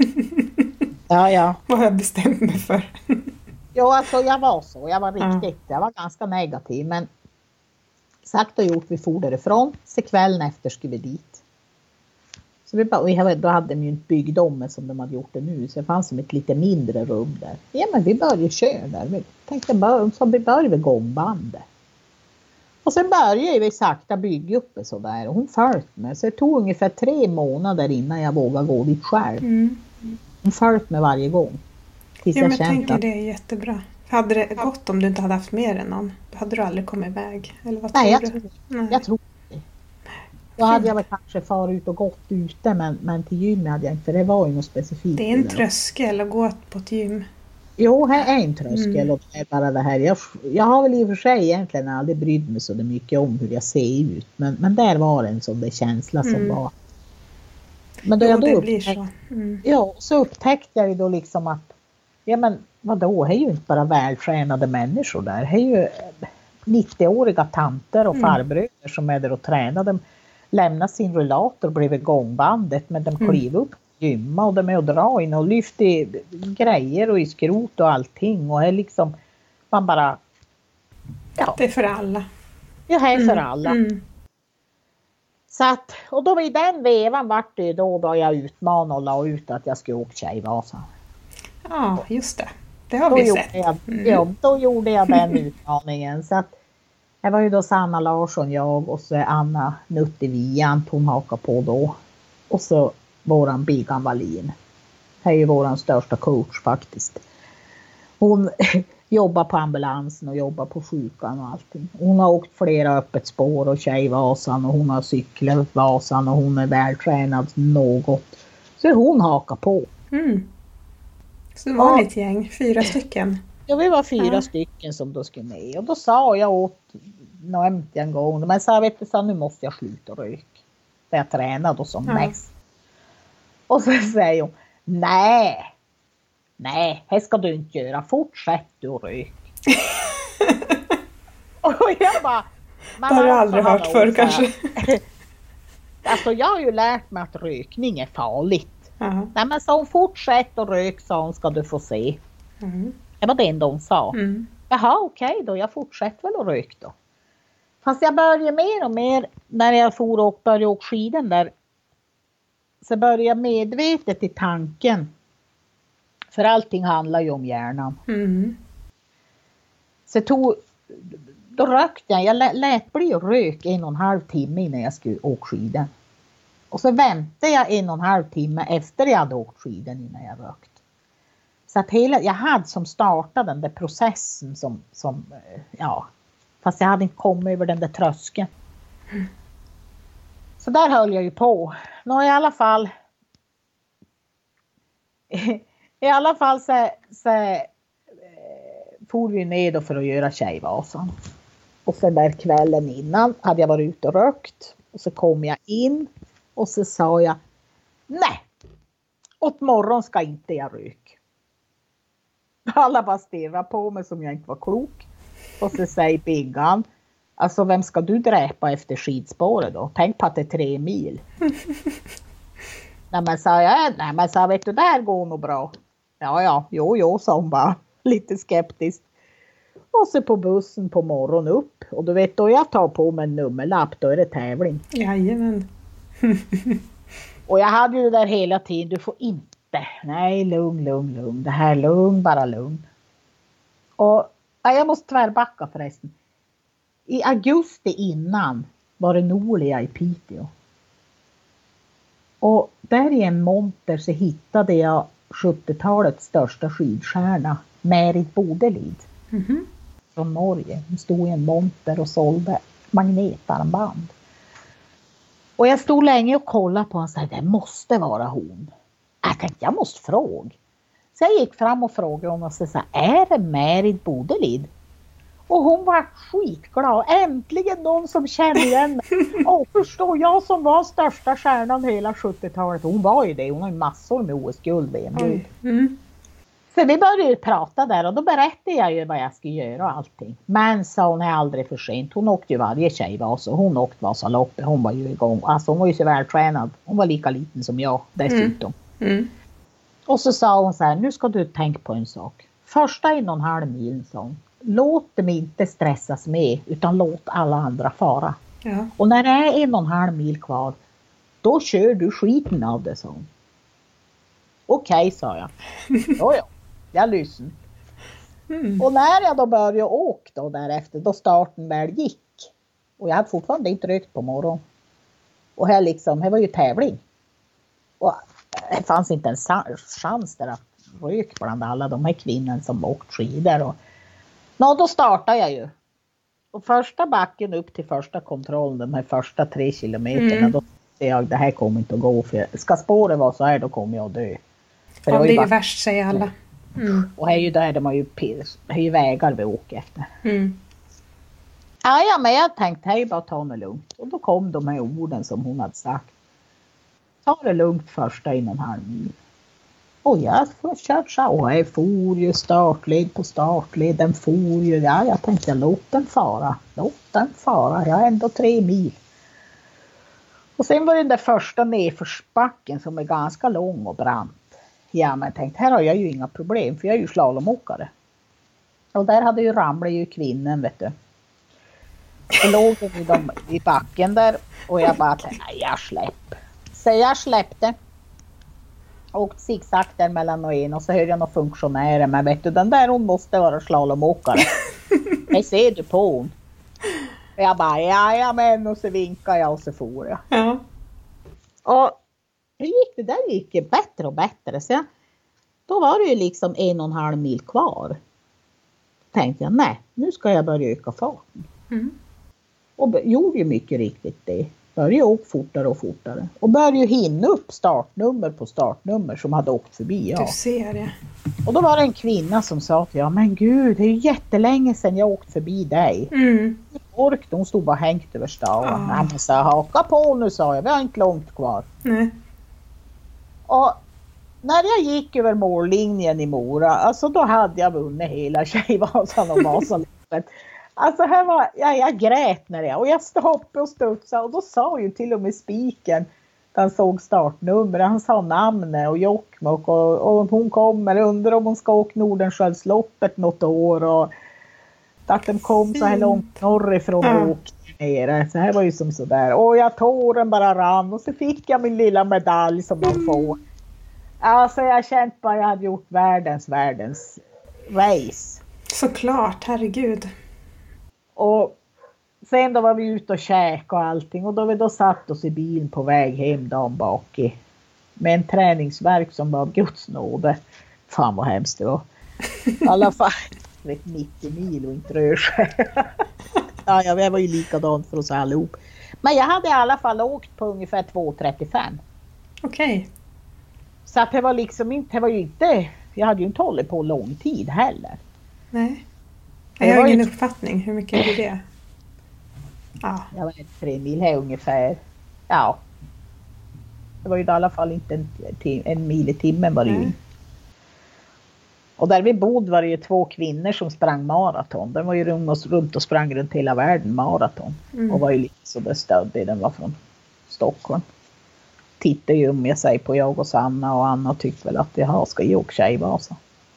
Ja. Vad har jag bestämt mig för? Ja, alltså jag var så. Jag var riktigt, jag var ganska negativ. Men sagt och gjort, vi for därifrån. Så kvällen efter skulle vi dit. Så då hade de ju inte byggt om som de hade gjort det nu. Så det fanns som ett lite mindre rum där. Ja, men vi började köra där. Vi tänkte vi började med gångbandet. Och sen började vi sakta bygga upp det sådär. Och hon följt mig. Så det tog ungefär 3 månader innan jag vågade gå dit själv. Mm. Hon följt mig varje gång. Ja, men jag tänker det är jättebra. Hade det gått om du inte hade haft mer än någon? Då hade du aldrig kommit iväg. Eller vad Nej, tror du? Jag tror det. Då hade jag väl kanske farit ut och gått ute. Men till gym hade jag inte. För det var ju något specifikt. Det är en tröskel att gå på ett gym. Jo, här är en tröskel. Och det är bara det här. Jag har väl i och för sig egentligen aldrig brytt mig så mycket om hur jag ser ut. Men där var en sån där känsla som var. Men då det blir så. Ja, så upptäckte jag ju då liksom att ja men vadå, det är ju inte bara vältränade människor där. Det är ju 90-åriga tanter och farbröder som är där och tränar. De lämnar sin rullator bredvid gångbandet men de kliver upp gymma och de är och drar in och lyfter grejer och i skrot och allting. Och det är liksom, man bara... Ja. Det är för alla. Ja, det är för alla. Så att, och då i den vevan vart det då jag utmanade och la ut att jag skulle åka Tjejvasan. Ja, just det. Det har vi sett. Ja, då gjorde jag den utmaningen. Så att, det var ju då Sanna Larsson, jag och så Anna Nuttivian hon hakade på då. Och så våran Bigan Wallin. Det är ju våran största coach faktiskt. Hon jobbar på ambulansen och jobbar på sjukan och allting. Hon har åkt flera öppet spår och Tjejvasan och hon har cyklat Vasan och hon är vältränad något. Så hon hakar på. Mm. Så det var ett gäng, 4 stycken. Ja, vi var 4 stycken som då skulle med. Och då sa jag åt något en gång. Men så vet du, så nu måste jag sluta röka. För jag tränade då som mest. Och så säger hon, nej, det ska du inte göra. Fortsätt du rök. Och jag bara, det har du aldrig hört förr kanske. Alltså jag har ju lärt mig att rökning är farligt. Nej men så hon fortsätt och rök, sa hon, ska du få se. Det var det enda hon sa. Jaha, okej då, jag fortsätter väl att röka då. Fast jag började mer och mer när jag började åka skiden där. Så började jag medvetet i tanken. För allting handlar ju om hjärnan. Så då rökte jag lät bli att rök 1,5 timme innan jag skulle åka skiden. Och så väntade jag 1,5 timme efter jag hade åkt skiden innan jag rökt. Så att jag hade som startat den där processen som fast jag hade inte kommit över den där tröskeln. Så där höll jag ju på. Nå i alla fall så for vi ner då för att göra Tjejvasan. Och sen där kvällen innan hade jag varit ute och rökt. Och så kom jag in och så sa jag, nej, åt morgon ska inte jag röka. Alla bara stirrade på mig som jag inte var klok. Och så säger Biggan, alltså vem ska du dräpa efter skidspåret då? Tänk på att det är 3 mil. Nej men sa jag, vet du, det här går nog bra. Jo, sa hon bara, lite skeptiskt. Och så på bussen på morgon upp. Och du vet, då jag tar på mig en nummerlapp, då är det tävling. Jajamän. Och jag hade ju där hela tiden, du får inte. Nej, lugn. Det här är bara lugn. Och jag måste tvärbacka förresten. I augusti innan var det Nolia i Piteå. Och där i en monter så hittade jag 70-talets största skidstjärna, Märit Bodelid. Från Norge. Hon stod i en monter och sålde magnetarmband. Och jag stod länge och kollade på honom och sa, det måste vara hon. Jag tänkte, jag måste fråga. Så jag gick fram och frågade honom och sa, är det Märit Bodelid? Och hon var skitglad. Äntligen någon som känner igen mig. Och förstår jag som var största stjärnan hela 70-talet. Hon var ju det. Hon har ju massor med OS-guld. Så vi började ju prata där. Och då berättade jag ju vad jag skulle göra och allting. Men så hon är aldrig för sent. Hon åkte ju varje Tjejvasan. Hon åkte Vasaloppet. Hon var ju igång. Alltså hon var ju så vältränad. Hon var lika liten som jag dessutom. Och så sa hon så här. Nu ska du tänka på en sak. Första 1,5 mil, sa hon. Låt dem inte stressas med, utan låt alla andra fara. Ja. Och när det är 1,5 mil kvar, då kör du skiten av det, sa hon. Okej, sa jag. Ja, jag lyssnade. Och när jag då började åka då därefter, då starten väl gick. Och jag hade fortfarande inte rökt på morgonen. Och här var ju tävling. Och det fanns inte en chans där att röka bland alla de här kvinnorna som åkt skidor. Och då startade jag ju. Och första backen upp till första kontrollen, de här första 3 kilometerna, då ser jag det här kommer inte att gå. För ska spåret vara så här, då kommer jag att dö. För det är ju värst, säger alla. Och här är ju där de har ju vägar vi åker efter. Ja, men jag tänkte, hej, bara ta det lugnt. Och då kom de här orden som hon hade sagt. Ta det lugnt första 1,5 mil. Och jag kört så. Och jag for ju startled på startled. Den for ju. Ja, jag tänkte, låt den fara. Jag är ändå 3 mil. Och sen var det den där första nedförsbacken som är ganska lång och brant. Ja, men jag tänkte, här har jag ju inga problem. För jag är ju slalomåkare. Och där hade ju ramlat ju kvinnan, vet du. Så låg de i backen där och jag bara tänkte, nej jag släpp. Så jag släppte. Åkt zigzag där mellan och en och så hörde jag några funktionärer. Men vet du, den där hon måste vara slalomåkare. Jag ser du på hon. Och jag bara, ja men och så vinkade jag och så for jag. Ja. Och det där gick ju bättre och bättre. Så då var det ju liksom 1,5 mil kvar. Tänkte jag, nej, nu ska jag börja öka farten. Mm. Och gjorde ju mycket riktigt det. Började åka fortare och fortare. Och började ju hinna upp startnummer på startnummer som hade åkt förbi. Ja. Du ser det. Och då var det en kvinna som sa till jag, men gud, det är ju jättelänge sedan jag åkt förbi dig. Mm. Hon stod bara hängt över staven. Nej, men så haka på nu, sa jag. Vi har inte långt kvar. Nej. Och när jag gick över mållinjen i Mora, alltså då hade jag vunnit hela Tjejvasan och Vasaloppet. Alltså här var, jag grät och jag stoppade och studsade och då sa ju till och med spiken, han såg startnummer, han sa namnet och Jokkmokk och hon kommer, undrar om hon ska åka Nordenskiöldsloppet något år och att de kom så här långt norrifrån och åkte nere. Så här var ju som sådär. Och jag tåren bara rann och så fick jag min lilla medalj som man får. Alltså jag känt bara jag hade gjort världens race. Såklart, herregud. Och sen då var vi ute och käk och allting. Och då vi då satt oss i bilen på väg hem dagen bak i. Med en träningsverk som var av Guds nåde. Fan vad hemskt det var. I alla fall 90 mil och inte rör sig. Ja, jag var ju likadant för oss allihop. Men jag hade i alla fall åkt på ungefär 2.35. Okej. Så att det var liksom inte, jag hade ju inte hållit på lång tid heller. Nej. Jag har ingen uppfattning. Hur mycket är det? Ja. Jag var 3 mil här ungefär. Ja. Det var ju i alla fall inte en mil i timmen var det ju. Och där vi bodde var det ju 2 kvinnor som sprang maraton. De var ju runt och sprang runt hela världen maraton. Och var ju lite så där stöddig. Den var från Stockholm. Tittade ju om jag säger på jag och Sanna och Anna tyckte väl att jag ska ju åka Tjejvasan.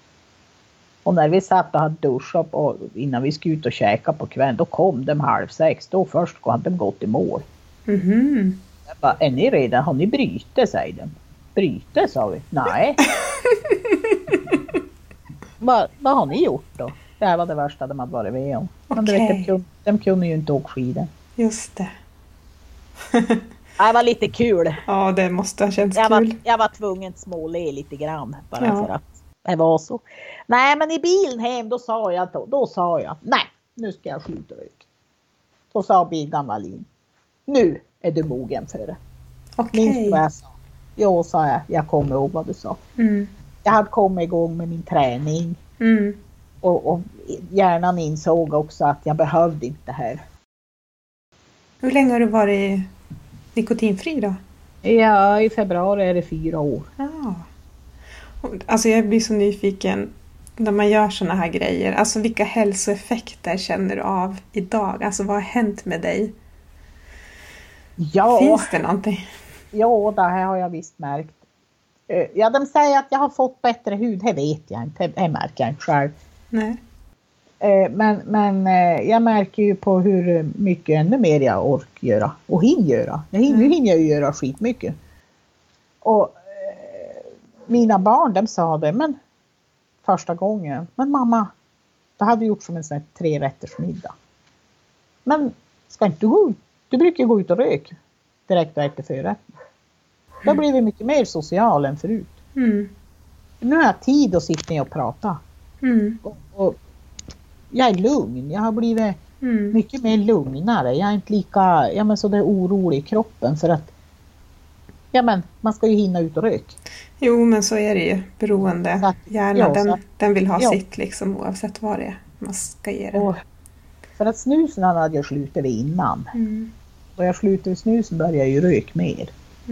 Och när vi satt och hade duschat och innan vi skulle ut och käka på kvällen, då kom de 5:30. Då först hade de gått i mål. Mhm. Jag bara, är ni redan? Har ni bryte, säger de. Bryte, sa vi. Nej. Vad har ni gjort då? Det här var det värsta de hade varit med om. Men du vet, de kunde ju inte åka skidor. Just det. Det var lite kul. Ja, det måste ha känts kul. Jag var tvungen att småle lite grann. Bara för att det var så. Nej, men i bilen hem då sa jag, nej, nu ska jag sluta röka. Då sa Birgan Wallin, nu är du mogen för det. Minns du vad jag sa? Jo, sa jag kommer ihåg vad du sa. Mm. Jag hade kommit igång med min träning. Mm. Och hjärnan insåg också att jag behövde inte det här. Hur länge har du varit nikotinfri då? Ja, i februari är det 4 år. Ja. Alltså jag blir så nyfiken när man gör såna här grejer. Alltså vilka hälsoeffekter känner du av idag? Alltså vad har hänt med dig? Ja. Finns det någonting? Ja, det här har jag visst märkt. Ja, de säger att jag har fått bättre hud. Det vet jag inte. Det märker jag inte själv. Nej. Men jag märker ju på hur mycket ännu mer jag orkar göra. Och hinner göra. Nu hinner jag ju göra skitmycket. Och mina barn, de sa det, men första gången. Men mamma, det hade gjort som en sån här 3-rättersmiddag. Men ska inte du gå ut? Du brukar gå ut och röka direkt efter förrätten. Då blir vi mycket mer social än förut. Mm. Nu har jag tid att sitta ner och prata. Mm. Och jag är lugn. Jag har blivit mycket mer lugnare. Jag är inte lika så där orolig i kroppen för att man ska ju hinna ut och röka. Jo, men så är det ju. Beroende. Hjärnan, den vill ha sitt liksom, oavsett vad det är man ska ge den. Och för att snusen hade jag slutat vid innan. Och jag slutade vid snusen började jag ju röka mer.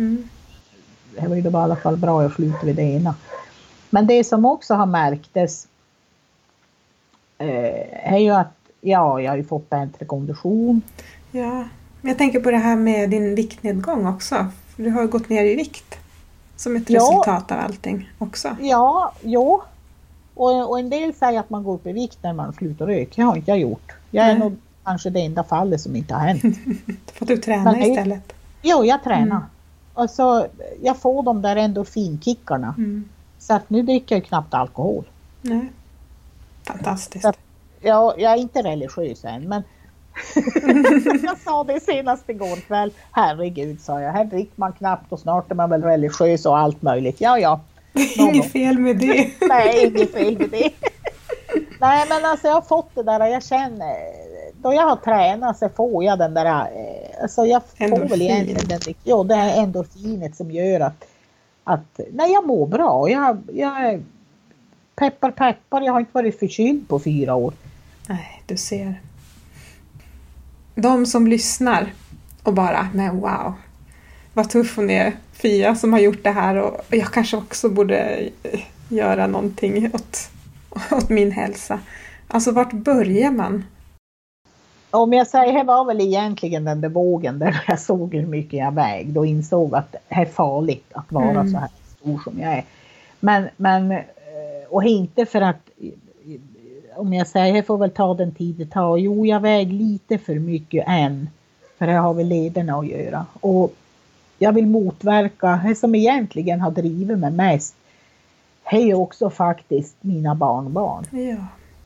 Det var ju då i alla fall bra jag slutade vid det ena. Men det som också har märktes är ju att jag har ju fått bättre kondition. Ja, men jag tänker på det här med din viktnedgång också. Du har gått ner i vikt som ett resultat av allting också. Ja. Och en del säger att man går upp i vikt när man slutar röka. Det har inte jag gjort. Jag är nog kanske det enda fallet som inte har hänt. Då får du träna istället. Jo, jag tränar. Och så jag får de där endorfinkickarna. Så att nu dricker jag knappt alkohol. Nej. Fantastiskt. Att, ja, jag är inte religiös än, men jag sa det senast igår kväll. Herregud, sa jag. Här dricker man knappt och snart är man väl religiös och allt möjligt. Ja. Inget fel med det. Nej, inget fel med det. Nej, men alltså jag har fått det där. Jag känner, då jag har tränat så får jag den där, alltså jag får väl egentligen den, det är endorfinet som gör att nej, jag mår bra. Jag peppar, jag har inte varit förkyld på 4 år. Nej, du ser. De som lyssnar och bara, men wow, vad tuff hon är, Fia, som har gjort det här, och jag kanske också borde göra någonting åt min hälsa. Alltså, vart börjar man? Om jag säger, det var väl egentligen den där vågen där jag såg hur mycket jag vägde och insåg att det är farligt att vara så här stor som jag är. Men och inte för att, om jag säger, jag får väl ta den tid det tar. Jo, jag väger lite för mycket än, för det har väl lederna att göra. Och jag vill motverka, det som egentligen har drivit mig mest, det är också faktiskt mina barnbarn. Ja.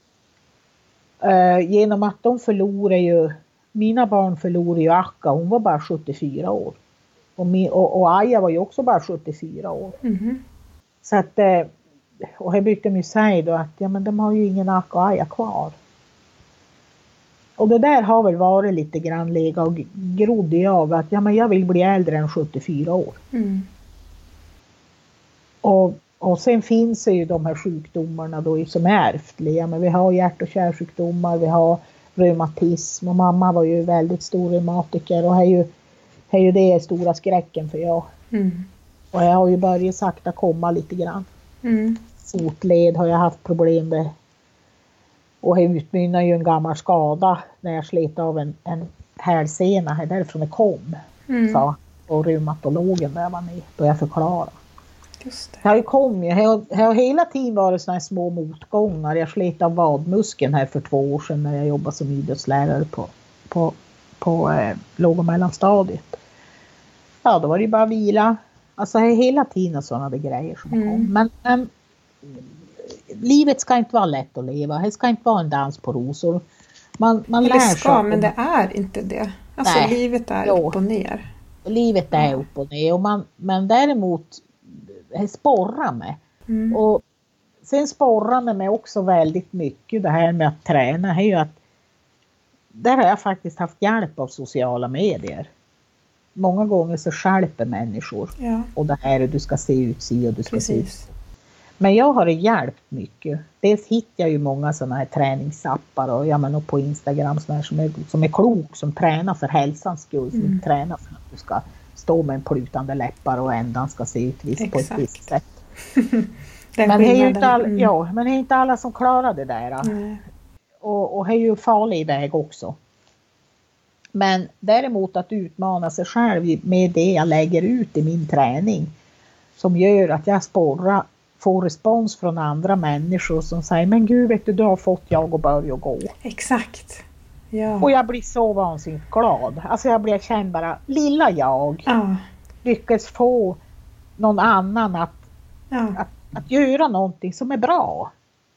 Genom att de förlorar ju, mina barn förlorar ju Akka, hon var bara 74 år. Och Aja var ju också bara 74 år. Så att, och här brukar de ju säga då att ja, men de har ju ingen Akka och Aja kvar. Och det där har väl varit lite grann lega och grodde av att ja, men jag vill bli äldre än 74 år. Och sen finns det ju de här sjukdomarna då som är ärftliga. Men vi har hjärt- och kärlsjukdomar, vi har reumatism, och mamma var ju väldigt stor reumatiker, och är ju det stora skräcken för jag. Och jag har ju börjat sakta komma lite grann. Fotled har jag haft problem med. Och det utmynnar ju en gammal skada när jag slet av en hälsena därifrån det kom. Sa, och reumatologen där jag var med, då jag förklarade. Just det. Jag har hela tiden varit såna här små motgångar. Jag slet av vadmuskeln här för 2 år sedan när jag jobbade som idrottslärare på låg- och mellanstadiet. Ja, då var det ju bara vila. Alltså hela tiden sådana grejer som kom. Men livet ska inte vara lätt att leva. Det ska inte vara en dans på rosor. Man lär sig. Men det är inte det. Alltså nej, livet är upp och ner. Livet är upp och ner. Men däremot det sporrar mig. Och sen sporrar det mig också väldigt mycket det här med att träna. Det är ju att där har jag faktiskt haft hjälp av sociala medier. Många gånger så hjälper människor. Ja. Och det här, du ska se ut si och du ska se ut. Men jag har hjälpt mycket. Dels hittar jag ju många sådana här träningsappar och på Instagram som är klok, som tränar för hälsans skull. Som tränar för att du ska stå med en plutande läppar och ändan ska se ut på ett visst sätt. Men det är ju inte alla som klarar det där. Och det är ju farlig väg också. Men däremot att utmana sig själv med det jag lägger ut i min träning, som gör att jag får respons från andra människor som säger, men gud, vet du har fått jag att börja gå. Exakt. Ja. Och jag blir så vansinnigt glad. Alltså jag blir känd bara, lilla jag lyckas få någon annan att göra någonting som är bra.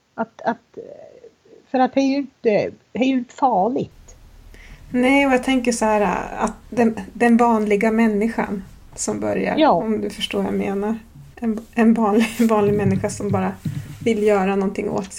För att det är ju inte farligt. Nej, och jag tänker så här att den vanliga människan som börjar, om du förstår vad jag menar. En vanlig människa som bara vill göra någonting åt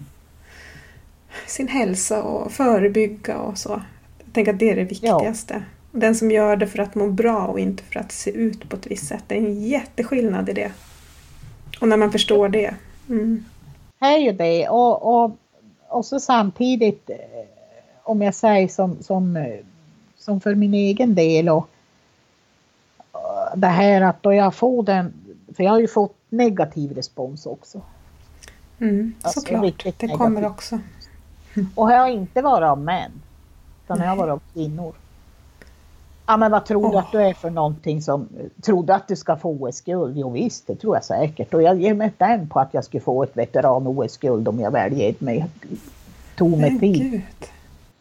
sin hälsa och förebygga och så. Jag tänker att det är det viktigaste. Ja. Den som gör det för att må bra och inte för att se ut på ett visst sätt. Det är en jätteskillnad i det. Och när man förstår det. Det är ju det. Och så samtidigt, om jag säger som för min egen del, och det här att då jag får den, för jag har ju fått negativ respons också. Alltså, såklart, det kommer också. Och jag har inte varit av män, utan jag har varit av kvinnor. Ja, men vad tror du att du är för någonting som, tror du att du ska få OS-guld? Jo visst, det tror jag säkert. Och jag ger mig den på att jag skulle få ett veteran-OS-guld om jag väl tog mig tid.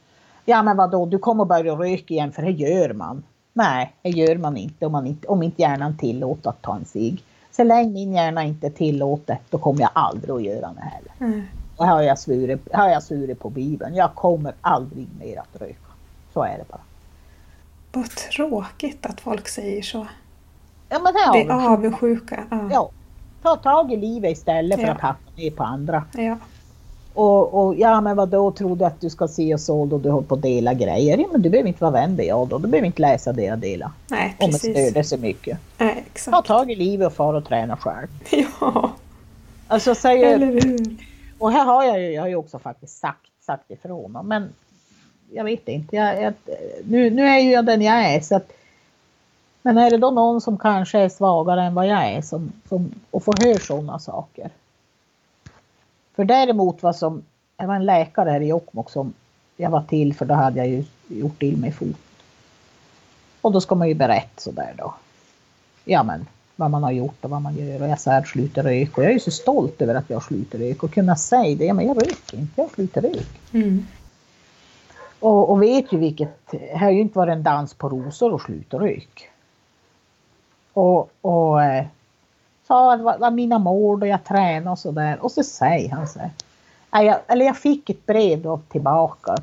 Ja men vadå, du kommer börja röka igen för det gör man. Nej, det gör man inte om inte hjärnan tillåter att ta en cigg. Så länge min hjärna inte tillåter, då kommer jag aldrig att göra det heller. Och här har jag svurit på Bibeln. Jag kommer aldrig mer att röka. Så är det bara. Vad tråkigt att folk säger så. Ja, men det är avundsjuka. Ja. Ta tag i livet istället för att hacka ner på andra. Ja. Och ja, men vad då tror du att du ska se och så då du håller på att dela grejer? Ja, men du behöver inte vara vän med jag då. Du behöver inte läsa det jag delar. Nej, om precis. det stör så mycket. Nej, exakt. Ta tag i livet och fara och träna själv. Ja. Alltså säger... Eller hur? Och här har jag har ju också faktiskt sagt ifrån. Men jag vet inte. Nu är ju jag den jag är. Så att, men är det då någon som kanske är svagare än vad jag är och får höra sådana saker? För däremot jag var en läkare här i Jokkmokk som jag var till, för då hade jag ju gjort till mig fot. Och då ska man ju berätta sådär då. Ja men vad man har gjort och vad man gör. Och jag säger slutar rök. Och jag är ju så stolt över att jag slutar rök. Och kunna säga det. Ja men jag röker inte. Jag slutar rök. Mm. Och vet ju vilket. Det har ju inte varit en dans på rosor och sluta rök. Och sa att vad mina mål och jag tränar och sådär. Och så säger han så här. Jag fick ett brev då tillbaka.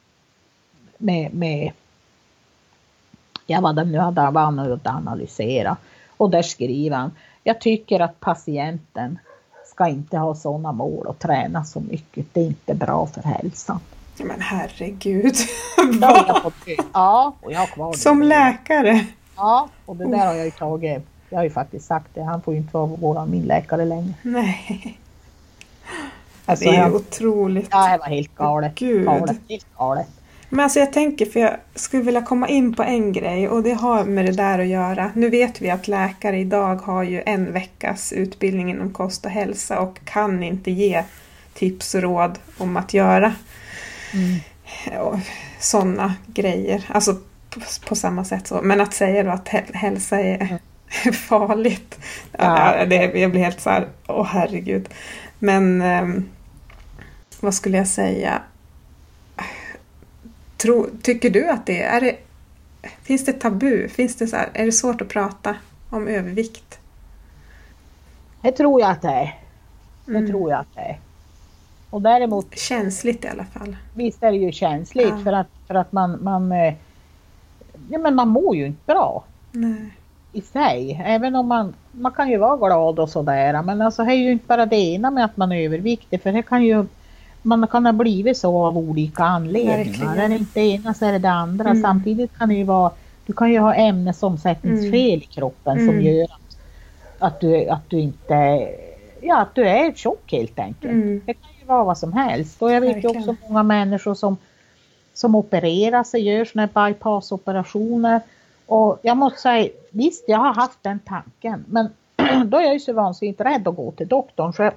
Med vad de nu hade varit analysera. Och där skriver han. Jag tycker att patienten ska inte ha sådana mål och träna så mycket. Det är inte bra för hälsan. Men herregud. Ja, och jag har kvar det. Som läkare. Ja, och det där har jag ju tagit. Jag har ju faktiskt sagt det. Han får ju inte vara min läkare längre. Nej. Alltså, det är otroligt. Ja, det var helt galet. Gud. Helt galet. Men alltså jag tänker, för jag skulle vilja komma in på en grej. Och det har med det där att göra. Nu vet vi att läkare idag har ju 1 veckas utbildning inom kost och hälsa. Och kan inte ge tips och råd om att göra sådana grejer. Alltså på samma sätt så. Men att säga då att hälsa är farligt. Ja. Jag blir helt så här, herregud. Men vad skulle jag säga? Tycker du att det är finns det tabu? Finns det så här, är det svårt att prata om övervikt? Det tror jag att det är. Det tror jag att det är. Och däremot känsligt i alla fall. Visst är det ju känsligt för att man men man mår ju inte bra. Nej. I sig. Även om man kan ju vara glad och sådär. Men alltså det är ju inte bara det ena med att man är överviktig. För det kan ju, man kan ha blivit så av olika anledningar. Är det inte det ena så är det det andra. Samtidigt kan det ju vara, du kan ju ha ämnesomsättningsfel i kroppen som gör att du inte, att du är tjock helt enkelt. Det kan ju vara vad som helst. Och jag vet ju också många människor som opererar sig, gör såna här bypassoperationer. Och jag måste säga, visst jag har haft den tanken. Men då är jag ju så vansinnigt rädd att gå till doktorn. Så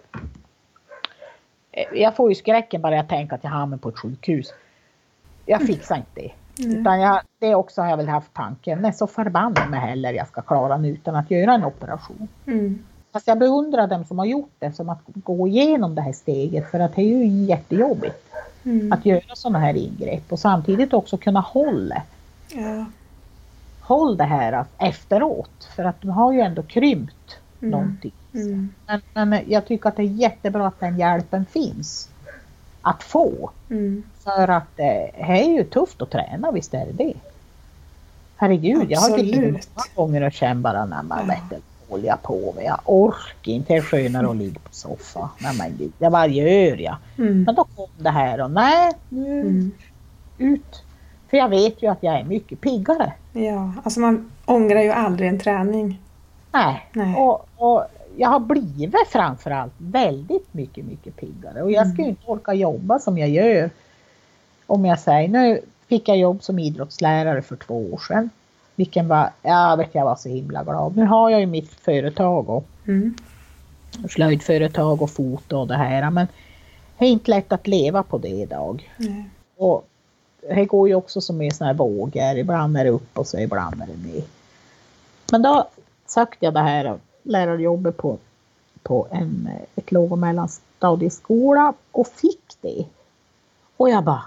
jag får ju skräcken bara jag tänker att jag hamnar på ett sjukhus. Jag fixar inte det. Utan det också har jag väl haft tanken. Nej, så förbannad mig heller jag ska klara den utan att göra en operation. Fast jag beundrar dem som har gjort det. Som att gå igenom det här steget. För att det är ju jättejobbigt. Att göra sådana här ingrepp. Och samtidigt också kunna hålla. Ja. Håll det här efteråt. För att de har ju ändå krympt någonting. Men jag tycker att det är jättebra att den hjälpen finns. Att få. För att det är ju tufft att träna, visst är det. Herregud, jag har inte många gånger att känna bara när man vet olja på mig. Jag orkar inte, det är skönare att ligga på soffan. Men jag bara gör jag. Men då kom det här och nej, nu ut. För jag vet ju att jag är mycket piggare. Ja, alltså man ångrar ju aldrig en träning. Nej. Och jag har blivit framförallt väldigt mycket piggare. Och jag ska ju inte orka jobba som jag gör. Om jag säger, nu fick jag jobb som idrottslärare för 2 år sedan. Vilken var, jag var så himla glad. Nu har jag ju mitt företag och slöjdföretag och foto och det här. Men det är inte lätt att leva på det idag. Och det går ju också som med såna här vågor. Ibland är det upp och så ibland är det ner. Men då sökte jag det här lärarjobbet på ett låg- och mellanstadieskola och fick det. Och jag bara,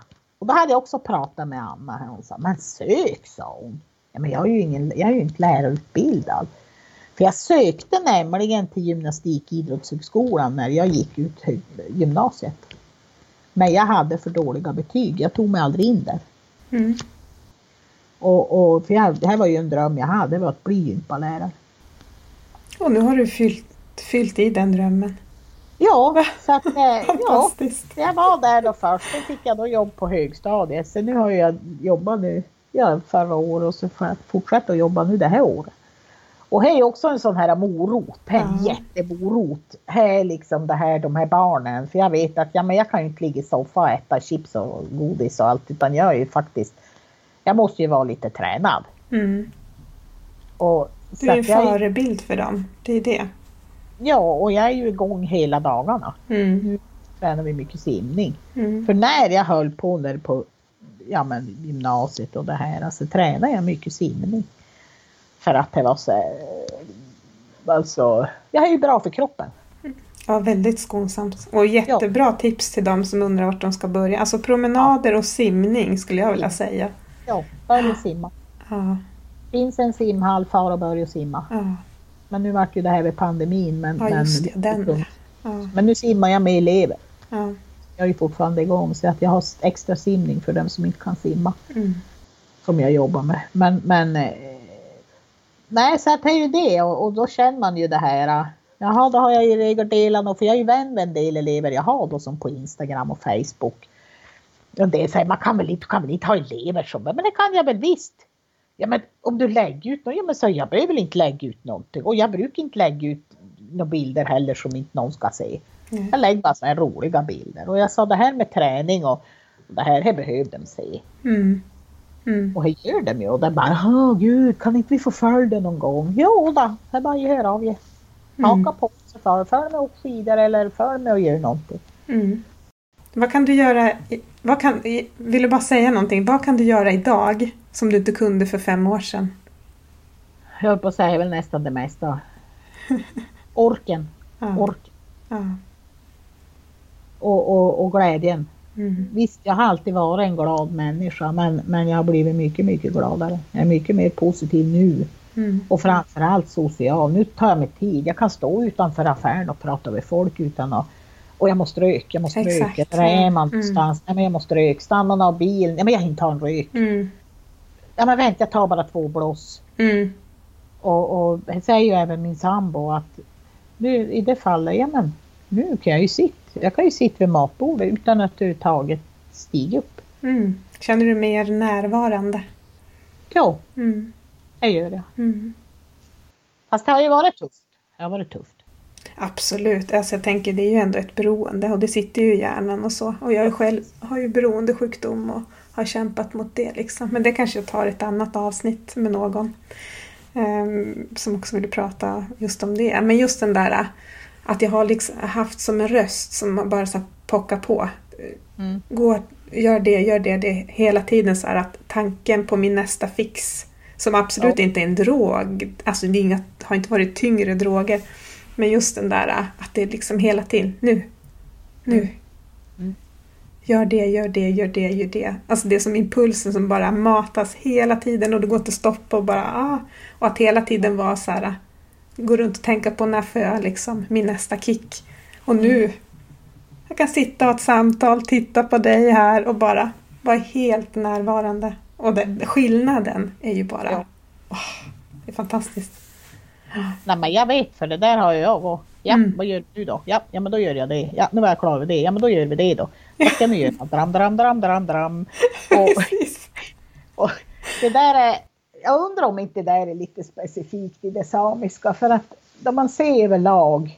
Och då hade jag också pratat med Anna här. Hon sa, men sök, sa hon. Ja, men jag är ju inte lärarutbildad. För jag sökte nämligen till gymnastikidrottshögskolan när jag gick ut gymnasiet. Men jag hade för dåliga betyg. Jag tog mig aldrig in där. Mm. Och för det här var ju en dröm jag hade, var att bli gympalärare. Och nu har du fyllt i den drömmen. Ja, så att Fantastiskt. Jag var där då först. Sen fick jag då jobb på högstadiet. Sen nu har jag jobbat nu förra året och så får jag fortsätta att jobba nu det här året. Och här är också en sån här morot, en jättemorot. Här är liksom de här barnen. För jag vet att jag kan ju inte ligga i soffa och äta chips och godis och allt. Utan jag måste ju vara lite tränad. Mm. Och, du är en förebild för dem, det är det. Ja, och jag är ju igång hela dagarna. Mm. Nu tränar vi mycket simning. Mm. För när jag höll på gymnasiet och det här, så tränade jag mycket simning. För att det var så, jag är ju bra för kroppen. Ja, väldigt skonsamt. Och jättebra tips till dem som undrar vart de ska börja. Alltså promenader och simning skulle jag vilja säga. Ja, börja simma. Ja. Finns en simhall, far och börja simma. Ja. Men nu vart ju det här med pandemin. Men nu simmar jag med elever. Ja. Jag är ju fortfarande igång, så att jag har extra simning för dem som inte kan simma. Mm. Som jag jobbar med. Men nej, så att det är ju det. Och då känner man ju det här. Jaha, då har jag ju regler delat. För jag är ju vän med en del elever jag har då, som på Instagram och Facebook. Och det säger man kan väl inte ha elever som. Men det kan jag väl visst. Ja, men om du lägger ut något. Ja, men så jag behöver väl inte lägga ut någonting. Och jag brukar inte lägga ut några bilder heller som inte någon ska se. Mm. Jag lägger bara sådana roliga bilder. Och jag sa det här med träning och det här behöver de se. Mm. Mm. Och här gör de ju. Och de bara, gud, kan inte vi få följa någon gång? Jo då, det är bara att göra av er. Haka på sig för med och skidor eller för med och göra någonting. Mm. Vad kan du göra, vill du bara säga någonting? Vad kan du göra idag som du inte kunde för 5 år sedan? Jag höll på att säga väl nästan det mesta. Orken. Ja. Ork. Ja. Och glädjen. Mm. Visst, jag har alltid varit en glad människa, men jag har blivit mycket, mycket gladare. Jag är mycket mer positiv nu. Mm. Och framförallt social. Nu tar jag mig tid. Jag kan stå utanför affären och prata med folk utan att... Och jag måste röka, röka. Där är man någonstans. Nej, men jag måste röka. Stanna av bilen. Nej, men jag inte ha en rök. Mm. Ja, men vänta, jag tar bara 2 blås. Mm. Och säger ju även min sambo att nu i det fallet, ja men nu kan jag ju sitta. Jag kan ju sitta vid matbordet utan att överhuvudtaget stiga upp. Mm. Känner du mer närvarande? Ja, Mm. det gör jag. Mm. Fast det har ju varit tufft. Det har varit tufft. Absolut. Alltså jag tänker det är ju ändå ett beroende och det sitter ju i hjärnan och så. Och jag själv har ju beroendesjukdom och har kämpat mot det liksom. Men det kanske jag tar ett annat avsnitt med någon som också vill prata just om det. Men just den där att jag har liksom haft som en röst som bara så pockar på. Mm. Gå, gör det hela tiden så här att tanken på min nästa fix som absolut inte är en drog. Alltså det har inte varit tyngre droger. Men just den där att det är liksom hela tiden. Nu. Mm. Gör det. Alltså det är som impulsen som bara matas hela tiden. Och det går inte att stoppa och bara Och att hela tiden vara så här. Gå runt och tänka på när får jag liksom min nästa kick. Och nu. Jag kan sitta och ha ett samtal. Titta på dig här. Och bara vara helt närvarande. Och skillnaden är ju bara. Det är fantastiskt. Nej, men jag vet, för det där har jag. Och, vad gör du då? Ja, men då gör jag det. Ja, nu var jag klar med det. Ja, men då gör vi det då. Vad ska vi göra? Dram. Och det där är... Jag undrar om inte det där är lite specifikt i det samiska. För att då man ser överlag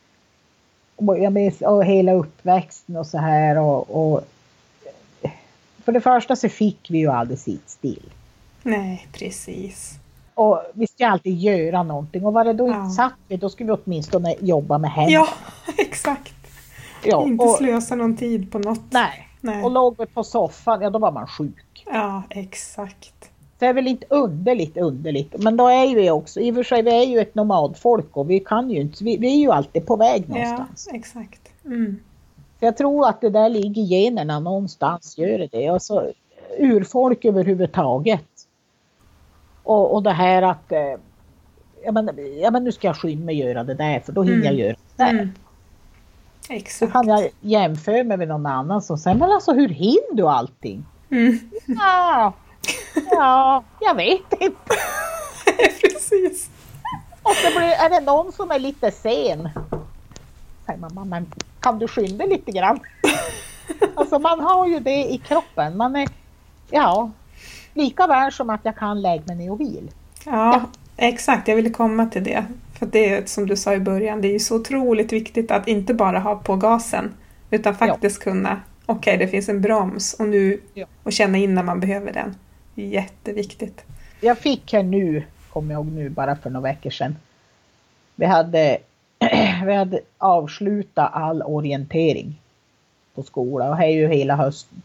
och hela uppväxten och så här. Och för det första så fick vi ju aldrig sitta still. Nej, precis. Och vi ska alltid göra någonting. Och var det då inte satt vi, då skulle vi åtminstone jobba med händerna. Ja, exakt. Ja, inte slösa någon tid på något. Nej. Och låg vi på soffan, då var man sjuk. Ja, exakt. Det är väl inte underligt. Men då är vi också, i och för sig vi är ju ett nomadfolk och vi kan ju inte, vi är ju alltid på väg någonstans. Ja, exakt. Mm. Jag tror att det där ligger i generna någonstans, gör det. Alltså urfolk överhuvudtaget. Och det här att ja, men nu ska jag skynda mig göra det där, för då hinner jag göra det där. Mm. Exakt. Så kan jag jämföra mig med någon annan som säger, men alltså hur hinner du allting? Ja, jag vet inte. Precis. Och så är det någon som är lite sen. Säger mamma, men kan du skynda lite grann? Alltså man har ju det i kroppen. Man är, lika väl som att jag kan lägga mig ner och vil. Ja, exakt. Jag ville komma till det. För det är som du sa i början, det är ju så otroligt viktigt att inte bara ha på gasen. Utan faktiskt kunna, okej, det finns en broms och nu och känna in när man behöver den. Det är jätteviktigt. Jag fick här nu, kommer jag ihåg nu, bara för några veckor sedan. Vi hade avslutat all orientering på skolan och här är ju hela hösten.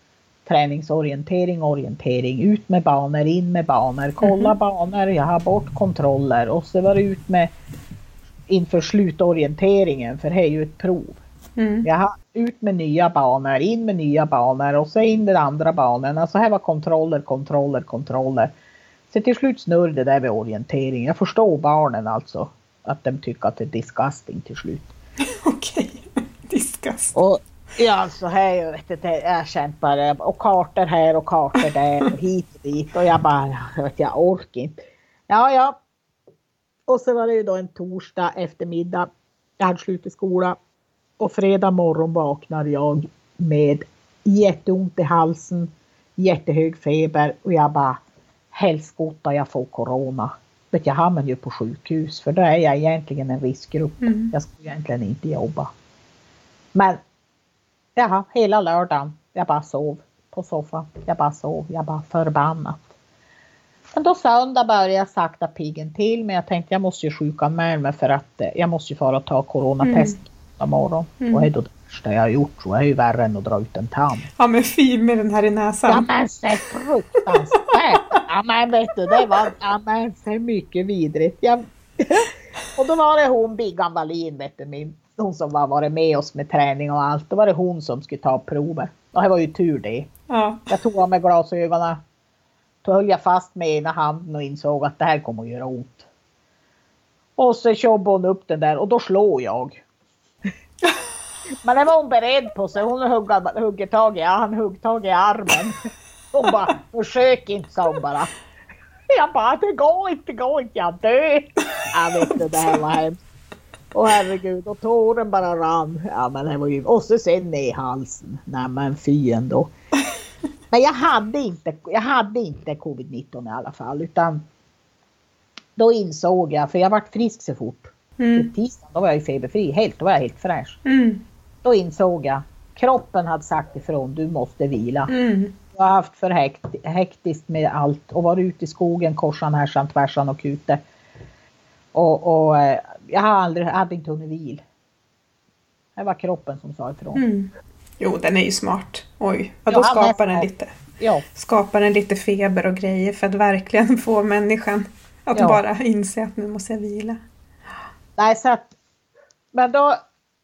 Träningsorientering, ut med banor, in med banor, kolla banor, jag har bort kontroller och så var det ut med inför slutorienteringen, för det är ju ett prov. Jag har ut med nya banor, in med nya banor och så in med andra banorna. Så här var kontroller. Så till slut snurrade det där vid orientering. Jag förstår barnen alltså, att de tycker att det är disgusting till slut. Okej, disgusting. Och ja, så här, jag kämpar och kartor här och kartor där och hit och dit och jag bara, jag orkar inte. Ja. Och så var det ju då en torsdag eftermiddag, jag hade slutat skola och fredag morgon vaknar jag med jätteont i halsen, jättehög feber och jag bara, helskotta jag får corona. Vet jag hamnar ju på sjukhus, för då är jag egentligen en riskgrupp. Jag skulle egentligen inte jobba. Men hela lördagen, jag bara sov på soffan. Jag bara förbannat. Men då söndag började jag sakta piggen till, men jag tänkte jag måste ju sjukanmäla mig för att jag måste ju fara och ta coronatest imorgon. Och det är då det värsta jag har gjort, så är ju värre än att dra ut en tand. Ja, men fy med den här i näsan. Ja, men så fruktansvärt. Ja, men vet du, det var så mycket vidrigt. Och då var det hon, Biggan Wallin, vet du, hon som varit med oss med träning och allt. Då var det hon som skulle ta prover. Och det var ju tur det. Ja. Jag tog av mig glasögonen. Då höll jag fast med ena handen och insåg att det här kommer att göra ont. Och så jobbade hon upp den där och då slår jag. Men det var hon beredd på sig. Hon hugger tag i armen. Hon bara, försök inte, sa hon bara. Jag bara, det går inte, jag dör. Jag vet inte, det här var hemskt. Och herregud, och tåren bara rann. Ja, men det var ju, och så sen ner i halsen. Nej, men fy ändå. Men jag hade inte covid-19 i alla fall, utan då insåg jag, för jag var frisk så fort. Tisdagen, då var jag ju feberfri, då var jag helt fräsch. Då insåg jag, kroppen hade sagt ifrån, du måste vila. Jag har haft för hektiskt med allt och varit ute i skogen, korsan, härsan, tvärsan och kute. Och jag hade inte hunnit vil. Det var kroppen som sa ifrån. Jo, den är ju smart. Oj, och då skapar den lite feber och grejer för att verkligen få människan att bara inse att nu måste jag vila. Nej, så att, men då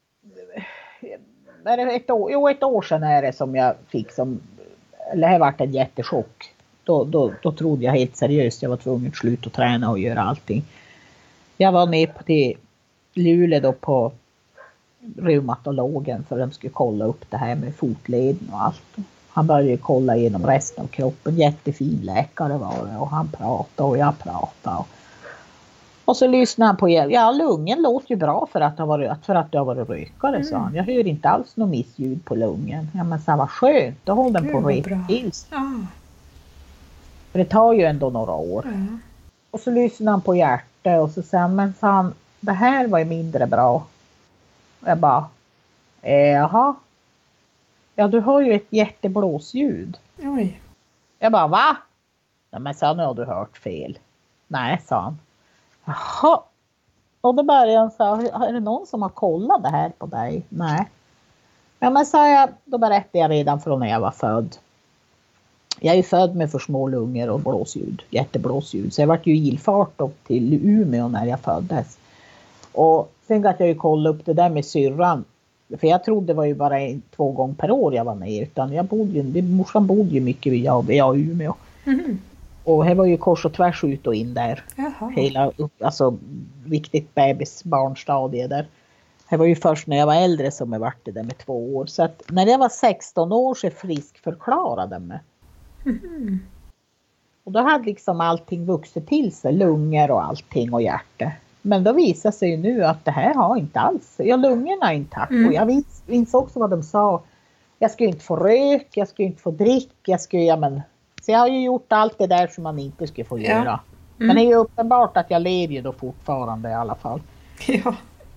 är det ett år sedan är det som jag fick eller det har varit en jättechock. Då trodde jag helt seriöst jag var tvungen att sluta träna och göra allting. Jag var med till Luleå då på reumatologen för att de skulle kolla upp det här med fotleden och allt. Han började kolla igenom resten av kroppen. Jättefin läkare var det och han pratade och jag pratade. Och så lyssnade han på lungen låter ju bra för att du har varit rökare, sa han. Jag hör inte alls något missljud på lungen. Ja, men så var skönt, då håller den på att röka till. För det tar ju ändå några år. Och så lyssnade han på hjärtat och så sa han, men fan, det här var ju mindre bra. Och jag bara, jaha. Ja, du har ju ett jätteblåsljud. Oj. Jag bara, va? Ja, men sa, nu har du hört fel. Nej, sa han. Jaha. Och då började han säga, är det någon som har kollat det här på dig? Nej. Ja, men sa jag, då berättade jag redan från när jag var född. Jag är ju född med för små lungor och blåsljud, jätteblåsljud. Så jag var ju ilfart upp till Umeå när jag föddes. Och sen att jag ju kollade upp det där med syrran. För jag trodde det var ju bara 2 gånger per år jag var med. Utan morsan bodde ju mycket vid Umeå. Mhm. Och det var ju kors och tvärs ut och in där. Jaha. Hela alltså riktigt bebisbarnstadie där. Det var ju först när jag var äldre som jag varit det där med 2 år. Så att när jag var 16 år så friskförklarade de mig. Mhm. Och då hade liksom allting vuxit till sig. Lungor och allting och hjärta. Men då visar sig ju nu att det här har inte alls. Lungorna är intakt. Och jag minns också vad de sa. Jag skulle inte få rök, jag skulle inte få dricka. Så jag har ju gjort allt det där som man inte skulle få göra. Men det är ju uppenbart att jag lever ju då fortfarande i alla fall. Ja.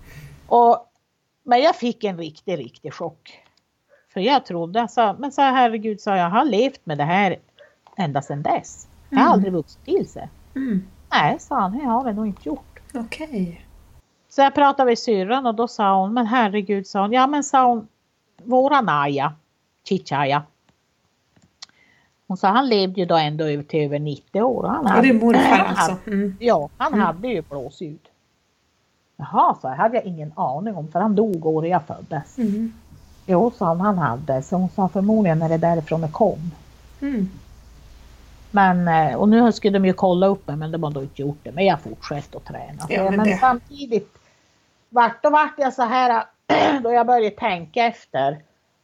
Men jag fick en riktig chock. För jag trodde, men så herregud, sa jag har levt med det här ända sedan dess. Jag har aldrig vuxit till sig. Mm. Nej, sa han, det har vi nog inte gjort. Okej. Så jag pratade med syrran och då sa hon, men herregud, sa hon, ja men sa hon, våran Aja, Chichaya. Hon sa, han levde ju då ändå till över 90 år. Och det är morfar alltså. Ja, han hade ju blåsljud. Jaha, så hade jag ingen aning om, för han dog året jag föddes. Mm. Jo, sa han hade, så hon sa förmodligen när det därifrån det kom. Mm. Men, och nu skulle de ju kolla upp mig, men de har då inte gjort det. Men jag fortsätter att träna. Ja, men samtidigt vart jag så här, då jag började tänka efter.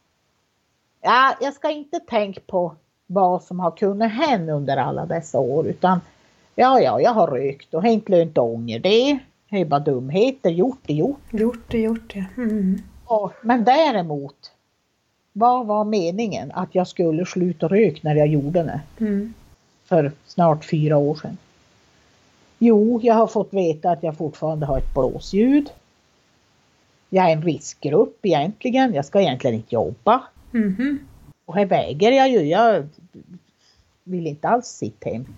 Ja, jag ska inte tänka på vad som har kunnat hända under alla dessa år. Utan, jag har rökt och inte lönt ånger det. Det är bara dumheter, gjort det. Gjort det. Mm. Men däremot, vad var meningen att jag skulle sluta rök när jag gjorde det? Mm. För snart 4 år sedan. Jo, jag har fått veta att jag fortfarande har ett blåsljud. Jag är en riskgrupp egentligen. Jag ska egentligen inte jobba. Mm. Och här väger jag ju. Jag vill inte alls sitta hem.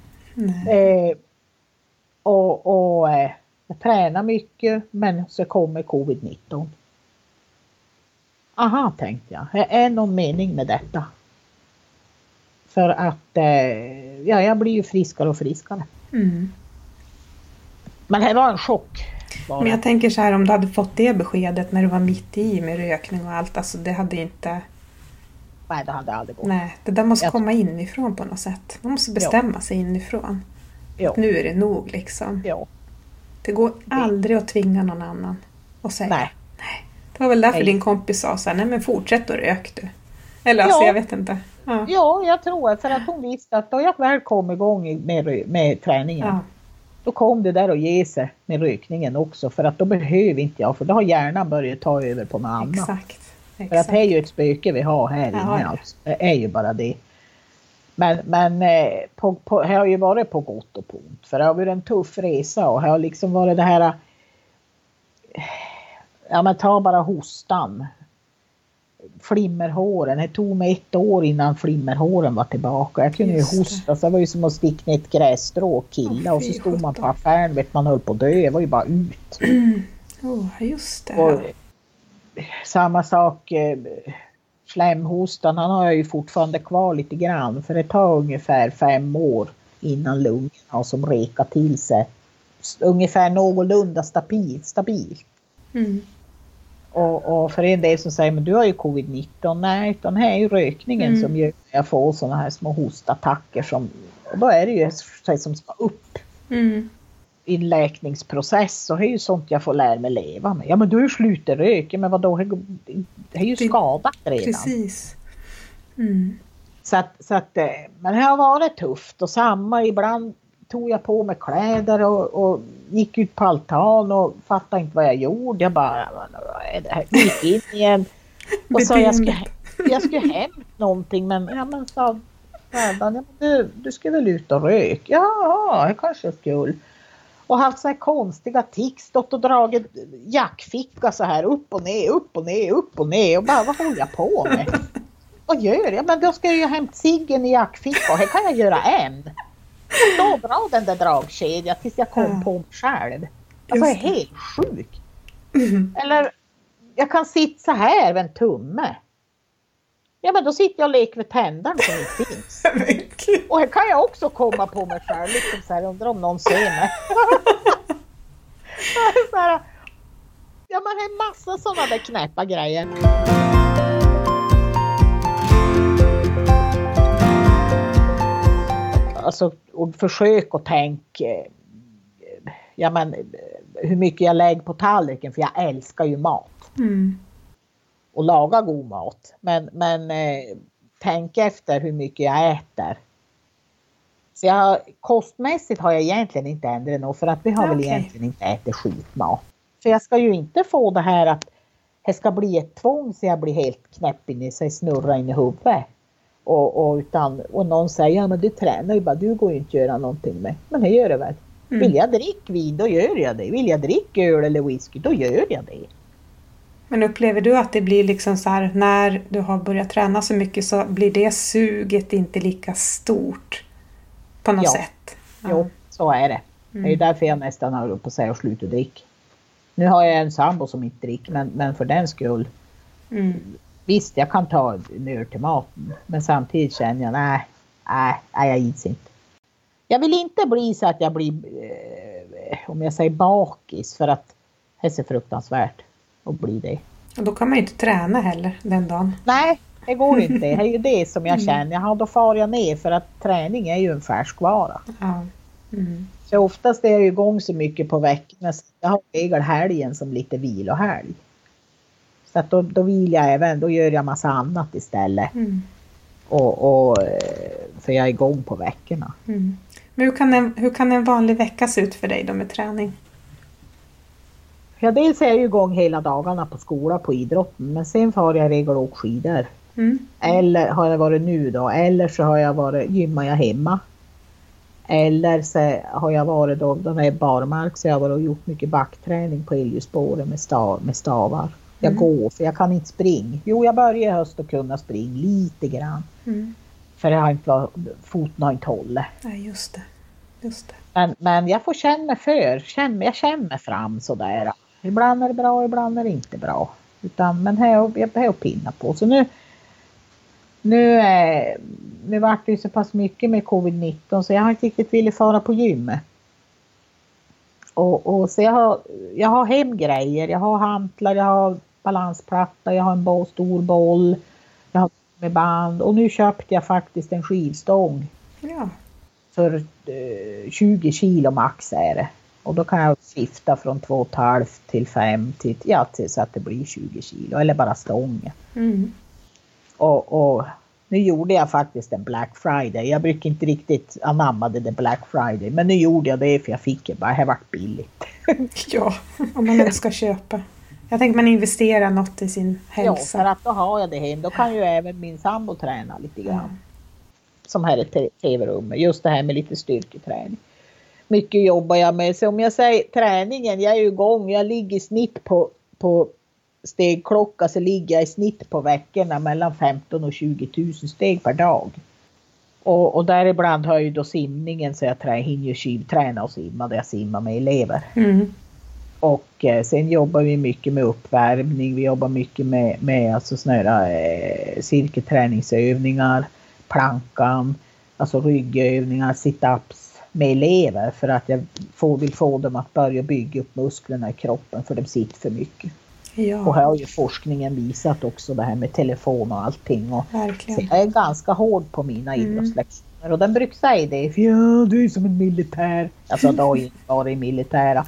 Jag tränar mycket. Men så kommer covid-19. Aha, tänkte jag. Det är någon mening med detta. För att jag blir ju friskare och friskare. Mm. Men det var en chock. Men jag tänker så här, om du hade fått det beskedet när du var mitt i med rökning och allt. Alltså det hade inte... Nej, det hade aldrig gått. Nej, det där måste komma inifrån på något sätt. Man måste bestämma sig inifrån. Ja. Nu är det nog liksom. Ja. Det går aldrig att tvinga någon annan att säga. Nej. Det var väl därför din kompis sa så här, nej men fortsätt att rök du. Eller alltså, jag vet inte. Ja, jag tror för att hon visste att då jag väl kom igång med träningen. Ja. Då kom det där att ge sig med rökningen också. För att då behöver inte jag, för då har hjärnan börjat ta över på något annat. Exakt. För att det är ju ett spöke vi har här inne. Alltså. Det är ju bara det. Men det har ju varit på gott och på ont. För det har varit en tuff resa och det har liksom varit det här... Ja, men ta bara hostan. Flimmerhåren. Det tog mig 1 år innan flimmerhåren var tillbaka. Jag kunde ju hosta, så det var ju som att sticka ner ett grässtrå och killa. Och så stod man på affären, vet man höll på att dö. Det var ju bara ut. Just det. Och, samma sak, slemhostan, han har jag ju fortfarande kvar lite grann. För det tar ungefär 5 år innan lungorna har som reka till sig. Ungefär någorlunda stabilt. Mm. Och för en del som säger, men du har ju covid-19. Nej, utan det är ju rökningen som gör att jag får såna här små hostattacker. Och då är det ju som ska upp i en läkningsprocess. Och det är ju sånt jag får lära mig leva med. Ja, men du är ju slutat röka. Men vadå, det är ju skadat redan. Precis. Mm. Så att, men det har varit tufft. Och samma, ibland tog jag på mig kläder och gick ut på altan och fattade inte vad jag gjorde. Jag bara gick in igen och sa jag skulle hem någonting, men sa värdan, du ska väl ut och rök. Ja, jag kanske skulle. Och haft så här konstiga tics, stått och dragit jackficka så här upp och ner och bara, vad håller jag på med? Vad gör jag? Men då ska jag ju hämta ciggen i jackficka och det kan jag göra än. Då dra den där dragkedjan tills jag kom på mig själv. Alltså jag är helt sjuk. Eller jag kan sitta så här med en tumme. Ja, men då sitter jag och leker med tänderna som inte finns. Och här kan jag också komma på mig själv. Liksom så här, undrar om någon ser mig. Så här, Ja, man har massa sådana där knäppa grejer. Alltså, och försök att tänka hur mycket jag lägger på tallriken, för jag älskar ju mat. Och laga god mat. Men tänk efter hur mycket jag äter. Så kostmässigt har jag egentligen inte ändrat något, för att vi har väl egentligen inte ätit skitmat. Så jag ska ju inte få det här att det ska bli ett tvång så jag blir helt knäpp in i sig, snurra in i huvudet. Och någon säger, ja men du tränar ju bara, du går ju inte göra någonting med. Men det gör det väl. Vill jag dricka vin, då gör jag det. Vill jag dricka öl eller whisky, då gör jag det. Men upplever du att det blir liksom så här, när du har börjat träna så mycket så blir det suget inte lika stort på något sätt? Ja. Jo, så är det. Det är därför jag nästan har upp på sig att sluta dricka. Nu har jag en sambo som inte dricker, men för den skull. Visst, jag kan ta en öl till maten. Men samtidigt känner jag, nej, jag gills inte. Jag vill inte bli så att jag blir, om jag säger bakis, för att det är så fruktansvärt att bli det. Och då kan man ju inte träna heller den dagen. Nej, det går inte. Det är ju det som jag känner. Då far jag ner, för att träning är ju en färskvara. Ja. Så oftast är jag igång så mycket på veckorna. Jag har regel helgen som lite vilohelg. Så att då vill jag även, då gör jag massa annat istället. För jag är igång på veckorna. Men hur kan en vanlig vecka se ut för dig då med träning? Ja, dels är jag ju igång hela dagarna på skola, på idrotten. Men sen får jag regel och skidor. Eller har jag varit nu då. Eller så har jag varit, gymmar jag hemma. Eller så har jag varit då, den är barmark, så jag har varit och gjort mycket backträning på Elljusspåren med stavar. Jag går, för jag kan inte springa. Jo, jag börjar i höst att kunna springa lite grann. För jag har inte, foten har inte hållit. Nej, just det. Men jag får känna mig jag känner mig fram sådär. Ibland är det bra, ibland är det inte bra. Men jag är att pinna på. Så nu vart det ju så pass mycket med covid-19 så jag har inte riktigt velat fara på gym. Och så jag har hemgrejer, jag har hantlar, jag har balansplatta, jag har en stor boll, jag har med band, och nu köpte jag faktiskt en skivstång. Ja. För 20 kilo max är det. Och då kan jag skifta från 2,5 till 5 till så att det blir 20 kilo. Eller bara stången. Och nu gjorde jag faktiskt en Black Friday. Jag brukar inte riktigt anamma det Black Friday. Men nu gjorde jag det för jag fick det bara. Det varit billigt. Ja, om man inte ska köpa. Jag tänker man investerar något i sin hälsa. Ja, för att då har jag det hem. Då kan ju även min sambo träna lite grann. Som här i tv-rummet. Just det här med lite styrketräning. Mycket jobbar jag med. Så om jag säger träningen, jag är ju igång. Jag ligger i snitt på stegklocka, så ligger jag i snitt på veckorna mellan 15 och 20 000 steg per dag. Och där ibland har jag ju då simningen, så jag hinner ju träna och simma där jag simmar med elever. Och sen jobbar vi mycket med uppvärmning. Vi jobbar mycket med alltså såna cirkelträningsövningar, plankan, alltså ryggövningar, sit-ups med elever, för att jag vill få dem att börja bygga upp musklerna i kroppen, för de sitter för mycket. Ja. Och här har ju forskningen visat också det här med telefon och allting. Och verkligen. så jag är ganska hård på mina idrottslektioner. Och den brukar säga det, för ja, du är som en militär. Alltså då har jag inte varit i militära.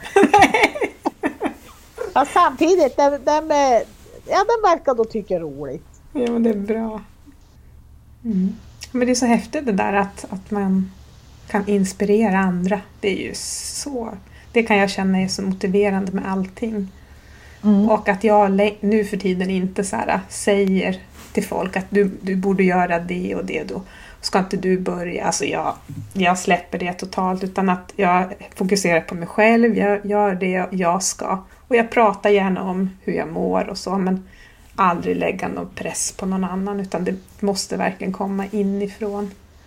Ja, samtidigt, den verkar då tycka roligt. Ja, men det är bra. Men det är så häftigt det där att man kan inspirera andra. Det är ju så... Det kan jag känna är så motiverande med allting. Och att jag nu för tiden inte så här säger till folk att du borde göra det och det då. Ska inte du börja? Alltså jag släpper det totalt, utan att jag fokuserar på mig själv. Jag gör det jag ska. Och jag pratar gärna om hur jag mår och så, men aldrig lägga någon press på någon annan, utan det måste verkligen komma inifrån.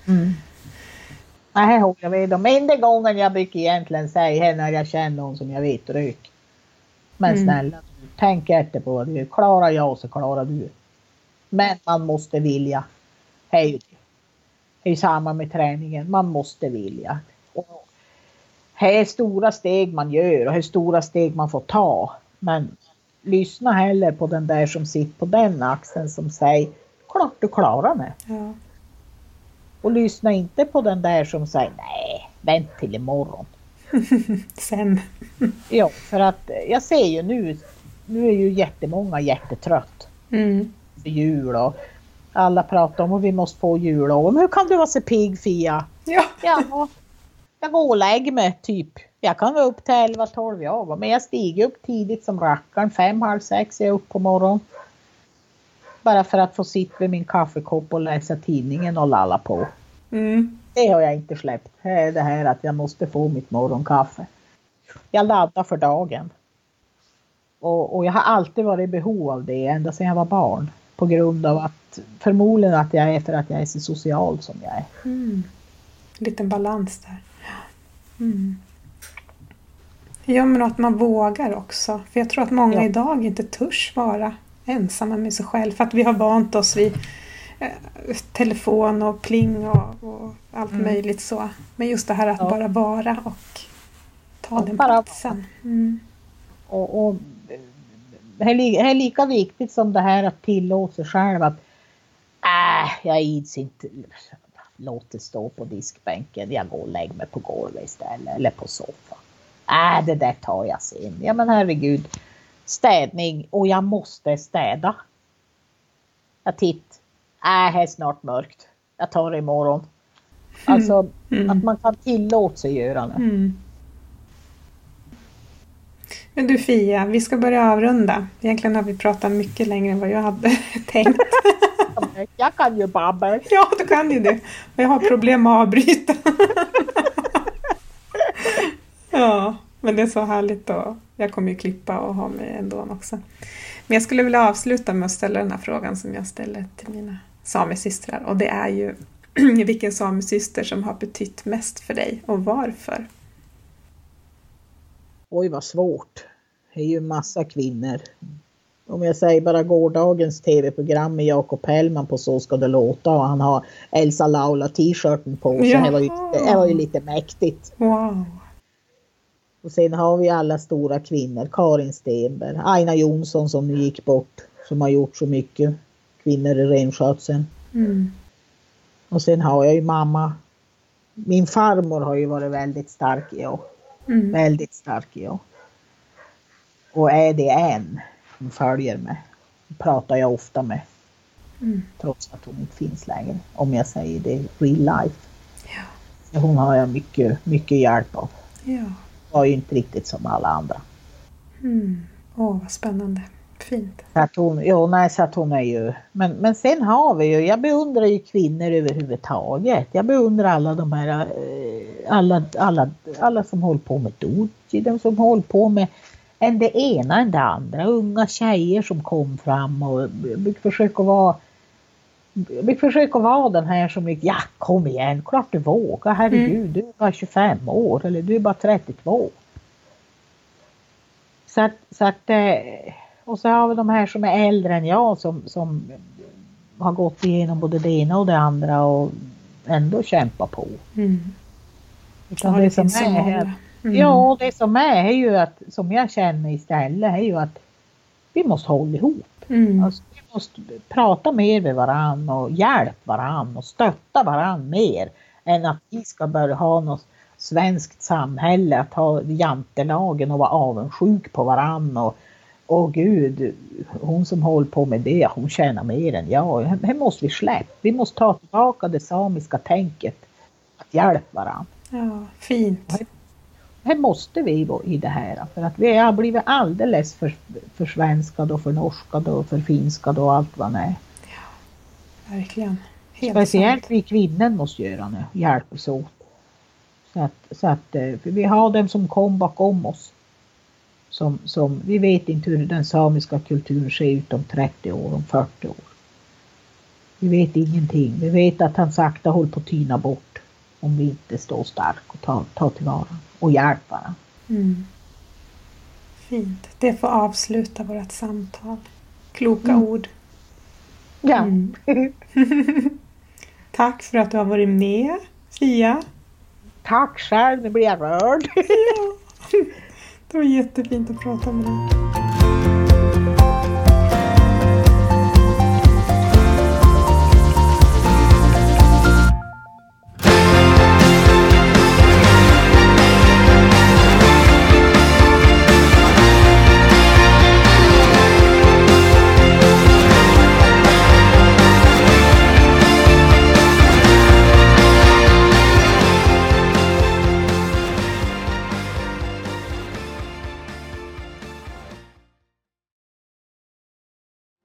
Nej, jag vet. De enda gången jag brukar egentligen säga när jag känner någon som jag vet rök. Men snälla, tänk efter på det. Klarar jag så klarar du. Men man måste vilja. Det är ju samma med träningen. Man måste vilja. Och det är stora steg man gör och det är stora steg man får ta. Men lyssna heller på den där som sitter på den axeln som säger klart du klarar det. Ja. Och lyssna inte på den där som säger nej, vänt till imorgon. Sen. Ja, för att jag ser ju nu är ju jättemånga jättetrött för jul och alla pratar om att vi måste få jullov. Men hur kan du vara så pigg, Fia? Ja. Ja, jag går och lägger mig typ. Jag kan vara upp till 11-12 jag, men jag stiger upp tidigt som rackaren. 5:30 är jag upp på morgonen. Bara för att få sitta vid min kaffekopp och läsa tidningen och lalla på. Det har jag inte släppt. Det här att jag måste få mitt morgonkaffe. Jag laddar för dagen. Och jag har alltid varit i behov av det ända sedan jag var barn. På grund av att förmodligen att jag är för att jag är så social som jag är. Liten balans där. Ja, men att man vågar också. För jag tror att många idag inte törs vara ensamma med sig själv. För att vi har vant oss vid telefon och pling och allt möjligt så. Men just det här att bara vara och ta den platsen. Och det är lika viktigt som det här att tillåta sig själv att jag ids inte, låt det stå på diskbänken, jag går och lägger mig på golvet istället eller på soffan. Det där tar jag sen. Ja men herregud, städning och jag måste städa. Jag titt, här är snart mörkt, jag tar det imorgon. Alltså att man kan tillåta sig göra det. Men du Fia, vi ska börja avrunda. Egentligen har vi pratat mycket längre än vad jag hade tänkt. Jag kan ju babbla. Ja, du kan ju det. Och jag har problem med att avbryta. Ja, men det är så härligt då. Jag kommer ju klippa och ha mig ändå också. Men jag skulle vilja avsluta med att ställa den här frågan som jag ställer till mina samesystrar. Och det är ju vilken samesyster som har betytt mest för dig och varför? Oj vad svårt. Det är ju massa kvinnor. Om jag säger bara gårdagens tv-program med Jakob Hellman på Så ska det låta och han har Elsa Laula t-shirten på sig. Det var ju lite mäktigt. Wow. Och sen har vi alla stora kvinnor. Karin Stenberg, Aina Jonsson som nu gick bort. Som har gjort så mycket kvinnor i renskötseln. Och sen har jag ju mamma. Min farmor har ju varit väldigt stark i år. Väldigt stark i år. Och är det än. Hon följer mig. Pratar jag ofta med. Trots att hon inte finns längre. Om jag säger det real life. Ja. Så hon har jag mycket hjälp av. Ja. Var ju inte riktigt som alla andra. Vad spännande. Fint. Så att hon är ju. Men sen har vi ju. Jag beundrar ju kvinnor överhuvudtaget. Jag beundrar alla de här. Alla som håller på med doji. De som håller på med än det ena än det andra. Unga tjejer som kom fram och försöker vara den här som ja kom igen, klart du vågar, herregud, du är bara 25 år eller du är bara 32. Så att och så har vi de här som är äldre än jag som har gått igenom både det ena och det andra och ändå kämpar på. Utan det som är här. Ja, det som är ju att, som jag känner istället, är ju att vi måste hålla ihop. Alltså, vi måste prata mer med varann och hjälpa varann och stötta varann mer än att vi ska börja ha något svenskt samhälle, att ha jantelagen och vara avundsjuk på varann och gud, hon som håller på med det, hon tjänar mer än jag. Här måste vi släppa. Vi måste ta tillbaka det samiska tänket att hjälpa varann. Ja, fint. Här måste vi i det här. För att vi har blivit alldeles för svenskade och för norskade och för finskade och allt vad det är. Ja, verkligen. Helt speciellt sant. Vi kvinnor måste göra nu. Hjälpas åt. Så att vi har dem som kom bakom oss. Som vi vet inte hur den samiska kulturen ser ut om 30 år, om 40 år. Vi vet ingenting. Vi vet att han sakta håller på att tyna bort. Om vi inte står stark och tar tillvara och hjälpa varandra. Fint. Det får avsluta vårt samtal. Kloka ord. Ja. Tack för att du har varit med, Fia. Tack själv, nu blir jag rörd. Ja. Det var jättefint att prata med dig.